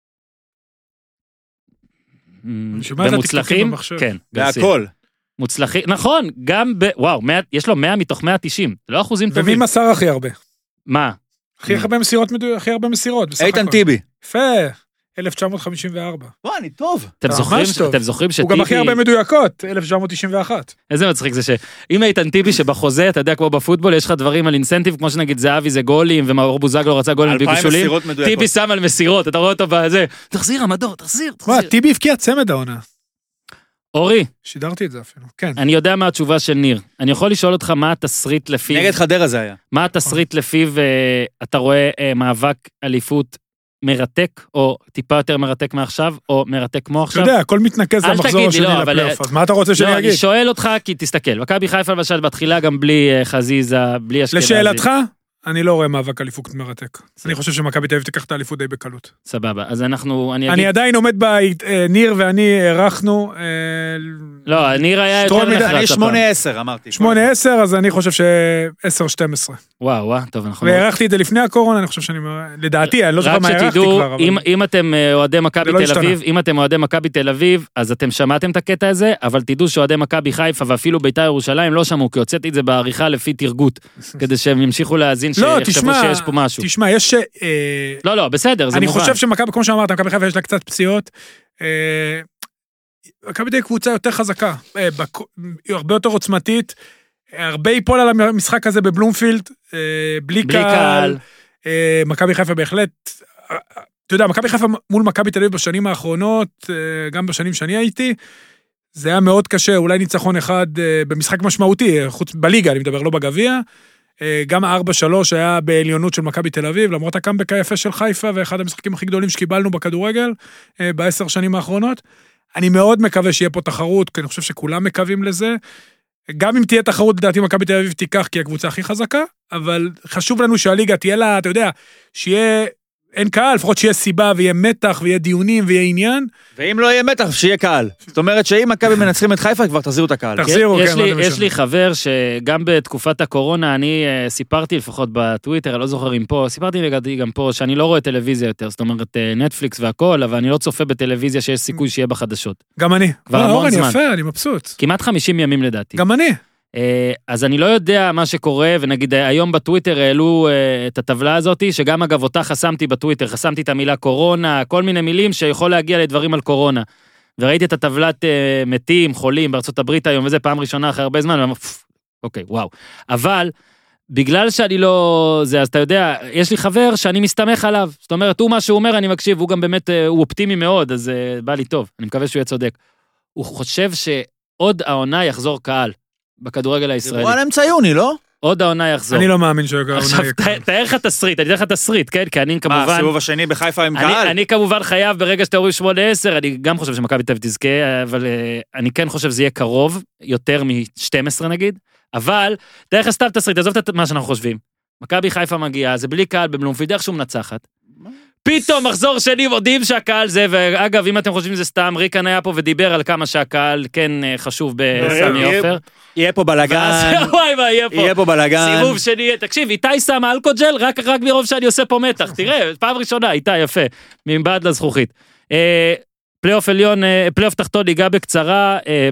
שומע את הטיקטוקים במוצלחים? במחשב. כן, גרסיה. והכל. מוצלחים, נכון, גם ב... וואו, מאה- יש לו מאה מתוך מאה תשעים. זה לא אחוזים ומי טובים. מסר הכי הרבה? מה? הכי הרבה מסירות, מדו- הכי הרבה מסירות. בסך איתן הכל. טיבי. יפה, אלף תשע מאות חמישים וארבע. וואי, אני טוב. אתם ממש זוכרים, טוב. אתם זוכרים הוא גם הכי שטיבי... הרבה מדויקות, אלף תשע מאות תשעים ואחת. איזה מצחיק זה שאם איתן טיבי שבחוזה, אתה יודע, כמו בפוטבול, יש לך דברים על אינסנטיב, כמו שנגיד זהבי זה גולים, ומאור בוזגלו רצה גולים אלפיים ובישולים. מסירות מדויקות. טיבי שם על מסירות, אתה רואה אותו בזה, תחזיר המדור, תחזיר, וואי, תחזיר. טיבי הבקיע צמד העונה. אורי, שידרתי את זה אפילו. כן. אני יודע מה התשובה של ניר. אני יכול לשאול אותך מה התסריט לפיו, נגד חדרה זה היה. מה התסריט לפיו אה, אתה רואה אה, מאבק אליפות מרתק, או טיפה יותר מרתק מעכשיו, או מרתק כמו אתה עכשיו? יודע, הכל מתנקז אל למחזור תגיד לי, השני לא, אבל- לפלייאוף. אז מה אתה רוצה שאני לא, אגיד? אני שואל אותך, כי תסתכל, מכבי חיפה למשל בתחילה גם בלי אה, חזיזה, בלי אשכנזי. לשאלתך, אני לא רואה מאבק אליפות מרתק. אני חושב שמכבי תל אביב תיקח את האליפות די בקלות. סבבה, אז אנחנו, אני אני אגיד, עדיין עומד ב... אה, ניר ואני הערכנו אה, לא, ניר היה יותר סטרום מדי. נחרץ אני הפעם. שמונה עשר, אמרתי. שמונה עשר, אז אני חושב ש-עשר שתים עשרה. וואו, וואו, טוב, אנחנו... והערכתי את זה לפני הקורונה, אני חושב שאני... לדעתי, אני לא זוכר רק מה הערכתי שתדעו, כבר, אבל... אם, אם אתם אה, אוהדי מכבי זה לא תל השתנה. אביב, אם אתם אוהדי מכבי תל אביב, אז אתם שמעתם את הקטע הזה, אבל תדעו שאוהדי מכבי חיפה ואפילו בית"ר ירושלים לא שמעו, כי הוצאתי את זה בעריכה לפי תרגות, כדי שהם ימשיכו להאזין, לא, שיחשבו תשמע, שיש פה משהו. תשמע, יש... אה, לא, לא, בסדר, זה אני מובן. חושב שמכבי, כמו שאמרת, מכבי חיפה יש לה קצת פציעות. אה, מכבי תל אביב קבוצה יותר חזקה, אה, בק- היא הרבה יותר עוצמתית, הרבה ייפול על המשחק הזה בבלומפילד, אה, בלי בלי קהל. קהל. אה, מכבי חיפה בהחלט, אה, אתה יודע, מכבי חיפה מול מכבי תל אביב בשנים האחרונות, אה, גם בשנים שאני הייתי, זה היה מאוד קשה, אולי ניצחון אחד אה, במשחק משמעותי, אה, חוץ בליגה, אני מדבר, לא בגביע. אה, גם ה-ארבע שלוש היה בעליונות של מכבי תל אביב, למרות הקאמבק היפה של חיפה, ואחד המשחקים הכי גדולים שקיבלנו בכדורגל, אה, בעשר שנים האחרונות. אני מאוד מקווה שיהיה פה תחרות, כי אני חושב שכולם מקווים לזה. גם אם תהיה תחרות, לדעתי מכבי תל אביב תיקח, כי היא הקבוצה הכי חזקה, אבל חשוב לנו שהליגה תהיה לה, אתה יודע, שיהיה, אין קהל, לפחות שיהיה סיבה, ויהיה מתח, ויהיה דיונים, ויהיה עניין. ואם לא יהיה מתח, שיהיה קהל. זאת אומרת שאם מכבי מנצחים את חיפה, כבר תחזירו את הקהל. תחזירו, יש כן, לי, מה זה יש משנה. לי חבר שגם בתקופת הקורונה, אני אה, סיפרתי לפחות בטוויטר, אני לא זוכר אם פה, סיפרתי לגדי גם פה, שאני לא רואה טלוויזיה יותר, זאת אומרת אה, נטפליקס והכל, אבל אני לא צופה בטלוויזיה שיש סיכוי שיהיה בחדשות. גם אני. כבר אה, המון אורן, זמן. יפה, אני מבסוט. כמעט חמישים ימים לדעתי. גם אני. אה, אז אני לא יודע מה שקורה, ונגיד אה, היום בטוויטר העלו אה, את הטבלה הזאת, שגם אגב אותה חסמתי בטוויטר, חסמתי את המילה קורונה, כל מיני מילים שיכול להגיע לדברים על קורונה. וראיתי את הטבלת אה, מתים, חולים בארצות הברית היום, וזה פעם ראשונה אחרי הרבה זמן, ואמר, "פפ, אוקיי, וואו. אבל בגלל שאני לא... זה, אז אתה יודע, יש לי חבר שאני מסתמך עליו. זאת אומרת, הוא מה שהוא אומר, אני מקשיב, הוא גם באמת, אה, הוא אופטימי מאוד, אז אה, בא לי טוב, אני מקווה שהוא יהיה צודק. הוא חושב שעוד העונה יחזור קהל בכדורגל הישראלי. דיברו על אמצע יוני, לא? עוד העונה יחזור. אני לא מאמין שהוא עכשיו, ת- תאר לך תסריט, אני אתן לך תסריט, כן? כי אני מה, כמובן... הסיבוב השני בחיפה עם אני, קהל? אני כמובן חייב ברגע שאתה אומרים שמונה עשר, אני גם חושב שמכבי תל אביב תזכה, אבל אה, אני כן חושב שזה יהיה קרוב, יותר מ-שתים עשרה נגיד, אבל תאר לך סתם תסריט, עזוב את מה שאנחנו חושבים. מכבי חיפה מגיעה, זה בלי קהל בבלומפילד, איך שהוא מנצחת. פתאום מחזור שני מודיעים שהקהל זה, ואגב, אם אתם חושבים שזה סתם, ריקן היה פה ודיבר על כמה שהקהל כן אה, חשוב בסמי יהיה- עופר. יהיה פה בלגן, ואז, וואי, מה יהיה פה? יהיה פה בלגן. סיבוב שני, תקשיב, איתי שם אלכוג'ל, רק, רק מרוב שאני עושה פה מתח, תראה, פעם ראשונה, איתי, יפה, מבעד לזכוכית. אה, פלייאוף עליון, אה, פלייאוף תחתון, ניגע בקצרה, אה,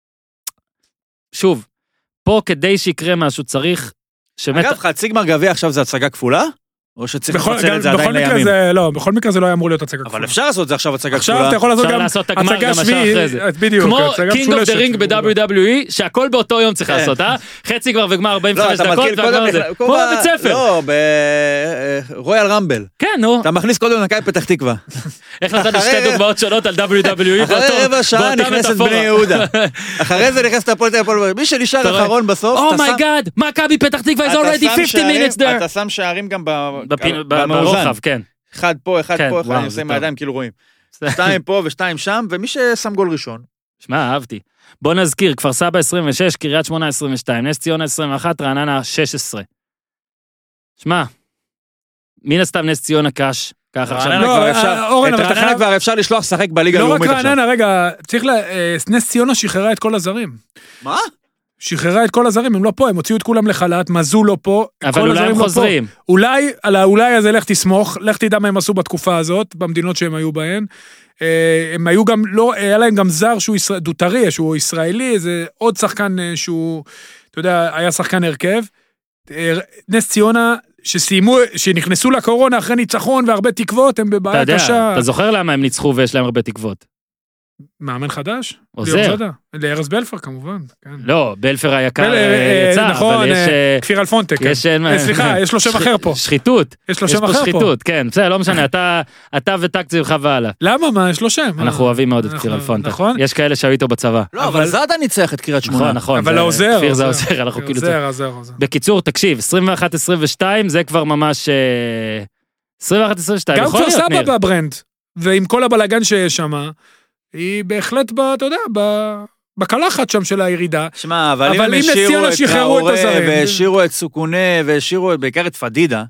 שוב, פה כדי שיקרה משהו צריך, שמת... אגב, חצי גמר גביע עכשיו זה הצגה כפולה? או שצריך בכל לפצל גם- את זה בכל עדיין מקרה לימים? זה, לא, בכל מקרה זה לא היה אמור להיות הצגה אבל כפולה. אפשר לעשות את זה עכשיו הצגה עכשיו כפולה. אתה יכול לעשות אפשר גם לעשות את הגמר הצגה גם השעה שביעית, אחרי זה. בדיוק, כמו הצגה King of the משולשת. Ring ב-דאבליו דאבליו אי, שהכל באותו יום צריך כן. לעשות, אה? חצי גמר וגמר ארבעים לא, וחמש אתה דקות, מתחיל והגמר קודם, זה. כמו כמו ב- בבית ספר. לא, ברויאל רמבל. כן, נו. אתה מכניס קודם מכבי פתח תקווה. איך נתנו אחרי- שתי דוגמאות שונות על דאבליו דאבליו אי אחרי באותו- רבע שעה באותה נכנסת מטאפורה. בני יהודה. אחרי זה נכנסת הפועל תל אביב. מי שנשאר אתה רואה? אחרון בסוף, Oh אתה my שם- god, מכבי פתח תקווה is אתה already שם fifty שערים- minutes there. אתה שם שערים גם ב- בפין- ב- במאוזן. ברוחב, כן. אחד פה, אחד כן, פה, אחד וואו, אני זה עושה עם טוב. הידיים, כאילו רואים. שתיים פה ושתיים שם, ומי ששם גול ראשון, שמע, אהבתי. בוא נזכיר, כפר סבא עשרים ושש, קריית שמונה עשרים ושתיים, נס ציונה עשרים ואחת, רעננה שש עשרה. שמע, מן הסתם נס ציונה קש, ככה עכשיו. רעננה כבר אפשר, את רעננה כבר אפשר לשלוח שחק בליגה הלאומית עכשיו. לא רק רעננה, רגע, צריך ל... נס ציונה שחררה את כל הזרים. מה? שחררה את כל הזרים, הם לא פה, הם הוציאו את כולם לחל"ת, מזו לא פה, אבל אולי הם חוזרים. אולי, על האולי הזה לך תסמוך, לך תדע מה הם עשו בתקופה הזאת, במדינות שהם היו בהן. הם היו גם, לא, היה להם גם זר שהוא דוטרי, שהוא ישראלי, זה עוד שחקן שהוא, אתה יודע, היה שחקן הרכב. נס ציונה, שסיימו, שנכנסו לקורונה אחרי ניצחון והרבה תקוות, הם בבעיה קשה. אתה יודע, אתה זוכר למה הם ניצחו ויש להם הרבה תקוות? מאמן חדש? עוזר. לארז בלפר כמובן. לא, בלפר היקר יצא, נכון, כפיר אלפונטה. סליחה, יש לו שם אחר פה. שחיתות. יש לו שם אחר פה. שחיתות, כן, בסדר, לא משנה, אתה וטקצי לך והלאה. למה? מה, יש לו שם? אנחנו אוהבים מאוד את כפיר אלפונטה. יש כאלה שהיו איתו בצבא. לא, אבל זאדה ניצח את קריית שמונה. נכון, נכון. אבל העוזר. כפיר זה העוזר, אנחנו כאילו... עוזר, עוזר, עוזר. בקיצור, תקשיב, עשרים ואחת עשרים ושתיים זה כבר ממש... עשרים ואחת עשרים ושתיים, יכול להיות, ניר. גם כפר סבא בברנד, ועם כל הבלגן שיש שם, היא בהחלט, אתה יודע, בקלחת שם של הירידה. שמע, אבל אם הם השאירו את טראורה, והשאירו את סוכונה, והשאירו בעיקר את פדידה,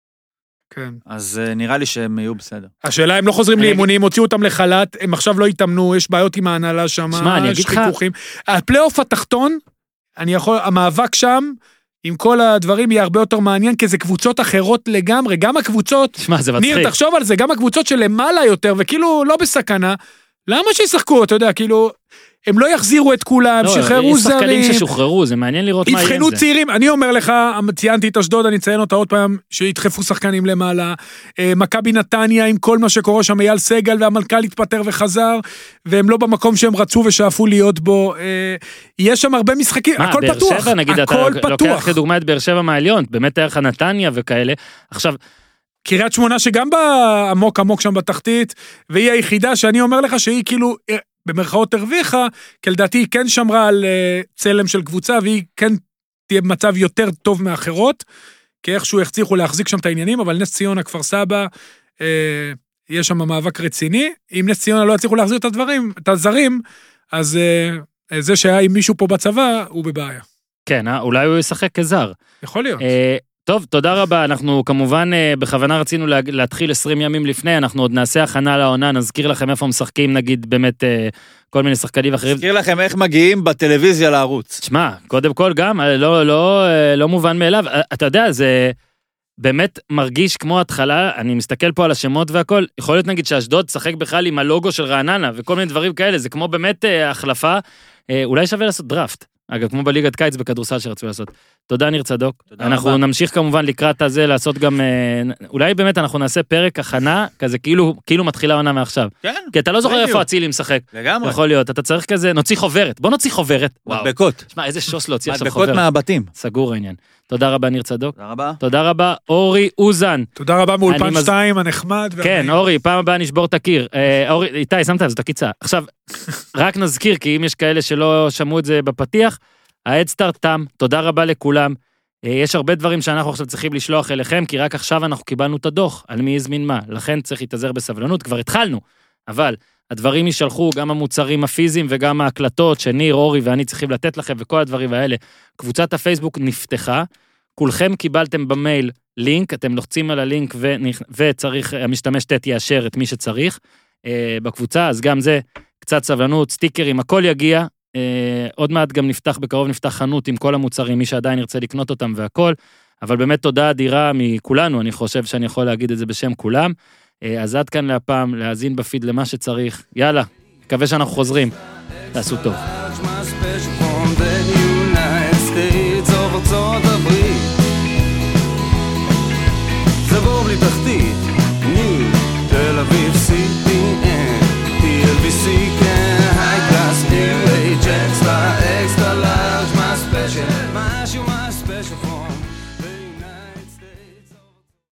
כן. אז נראה לי שהם יהיו בסדר. השאלה, הם לא חוזרים לאימונים, הוציאו אותם לחל"ת, הם עכשיו לא יתאמנו, יש בעיות עם ההנהלה שם, יש חיכוכים. הפלייאוף התחתון, אני יכול, המאבק שם, עם כל הדברים יהיה הרבה יותר מעניין, כי זה קבוצות אחרות לגמרי, גם הקבוצות, שמה, זה מצחיק. ניר, תחשוב על זה, גם הקבוצות שלמעלה יותר, וכאילו לא בסכנה, למה שישחקו, אתה יודע, כאילו, הם לא יחזירו את כולם, לא, שחררו זרים. יש שחקנים ששוחררו, זה מעניין לראות מה יהיה עם זה. יבחנו צעירים, אני אומר לך, ציינתי את אשדוד, אני אציין אותה עוד פעם, שידחפו שחקנים למעלה, מכבי נתניה עם כל מה שקורה שם, אייל סגל והמלכ"ל התפטר וחזר, והם לא במקום שהם רצו ושאפו להיות בו, יש שם הרבה משחקים, מה, הכל פתוח, שבע, נגיד, הכל אתה פתוח. לוקח כדוגמה את באר שבע מהעליון, באמת ערך הנתניה וכאלה, עכשיו, קריית שמונה שגם בא עמוק עמוק שם בתחתית, והיא היחידה שאני אומר לך שהיא כאילו, במרכאות הרוויחה, כי לדעתי היא כן שמרה על צלם של קבוצה, והיא כן תהיה במצב יותר טוב מאחרות, כי איכשהו הצליחו להחזיק שם את העניינים, אבל נס ציונה, כפר סבא, אה, יש שם מאבק רציני, אם נס ציונה לא הצליחו להחזיר את הדברים, את הזרים, אז אה, זה שהיה עם מישהו פה בצבא, הוא בבעיה. כן, אה? אולי הוא ישחק כזר. יכול להיות. אה, טוב, תודה רבה, אנחנו כמובן בכוונה רצינו להתחיל עשרים ימים לפני, אנחנו עוד נעשה הכנה לעונה, נזכיר לכם איפה משחקים, נגיד באמת כל מיני שחקנים אחרים. נזכיר לכם איך מגיעים בטלוויזיה לערוץ. תשמע, קודם כל גם, לא, לא, לא מובן מאליו, אתה יודע, זה באמת מרגיש כמו התחלה, אני מסתכל פה על השמות והכל, יכול להיות נגיד שאשדוד תשחק בכלל עם הלוגו של רעננה, וכל מיני דברים כאלה, זה כמו באמת החלפה, אולי שווה לעשות דראפט. אגב, כמו בליגת קיץ בכדורסל שרצו לעשות. תודה ניר צדוק. אנחנו רבה. נמשיך כמובן לקראת הזה, לעשות גם, אולי באמת אנחנו נעשה פרק הכנה, כזה כאילו, כאילו מתחילה עונה מעכשיו. כן. כי אתה לא זוכר איפה הצילי משחק. לגמרי. יכול להיות, אתה צריך כזה, נוציא חוברת. בוא נוציא חוברת. מדבקות. תשמע, איזה שוס להוציא עכשיו חוברת. מדבקות מהבתים. סגור העניין. תודה רבה ניר צדוק. תודה רבה. תודה רבה אורי אוזן. תודה רבה מאולפן שתיים הנחמד. כן, אורי, פעם הבאה נשבור את הקיר. אורי, איתי, שמת על זאת הקיצה. עכשיו, רק נזכיר, כי אם יש כאלה שלא שמעו את זה בפתיח, ההדסטארט תם, תודה רבה לכולם. יש הרבה דברים שאנחנו עכשיו צריכים לשלוח אליכם, כי רק עכשיו אנחנו קיבלנו את הדוח, על מי יזמין מה. לכן צריך להתאזר בסבלנות, כבר התחלנו. אבל הדברים יישלחו, גם המוצרים הפיזיים וגם ההקלטות, שניר, אורי ואני צריכים לתת לכם, וכל הדברים האלה. קבוצת הפייסבוק נפתחה, כולכם קיבלתם במייל לינק, אתם לוחצים על הלינק וצריך, המשתמש תת יאשר את מי שצריך בקבוצה, אז גם זה קצת סבלנות, סטיקרים, הכל יגיע, Uh, עוד מעט גם נפתח, בקרוב נפתח חנות עם כל המוצרים, מי שעדיין ירצה לקנות אותם והכל, אבל באמת תודה אדירה מכולנו, אני חושב שאני יכול להגיד את זה בשם כולם, uh, אז עד כאן להפעם, להאזין בפיד למה שצריך, יאללה, מקווה שאנחנו חוזרים, תעשו טוב.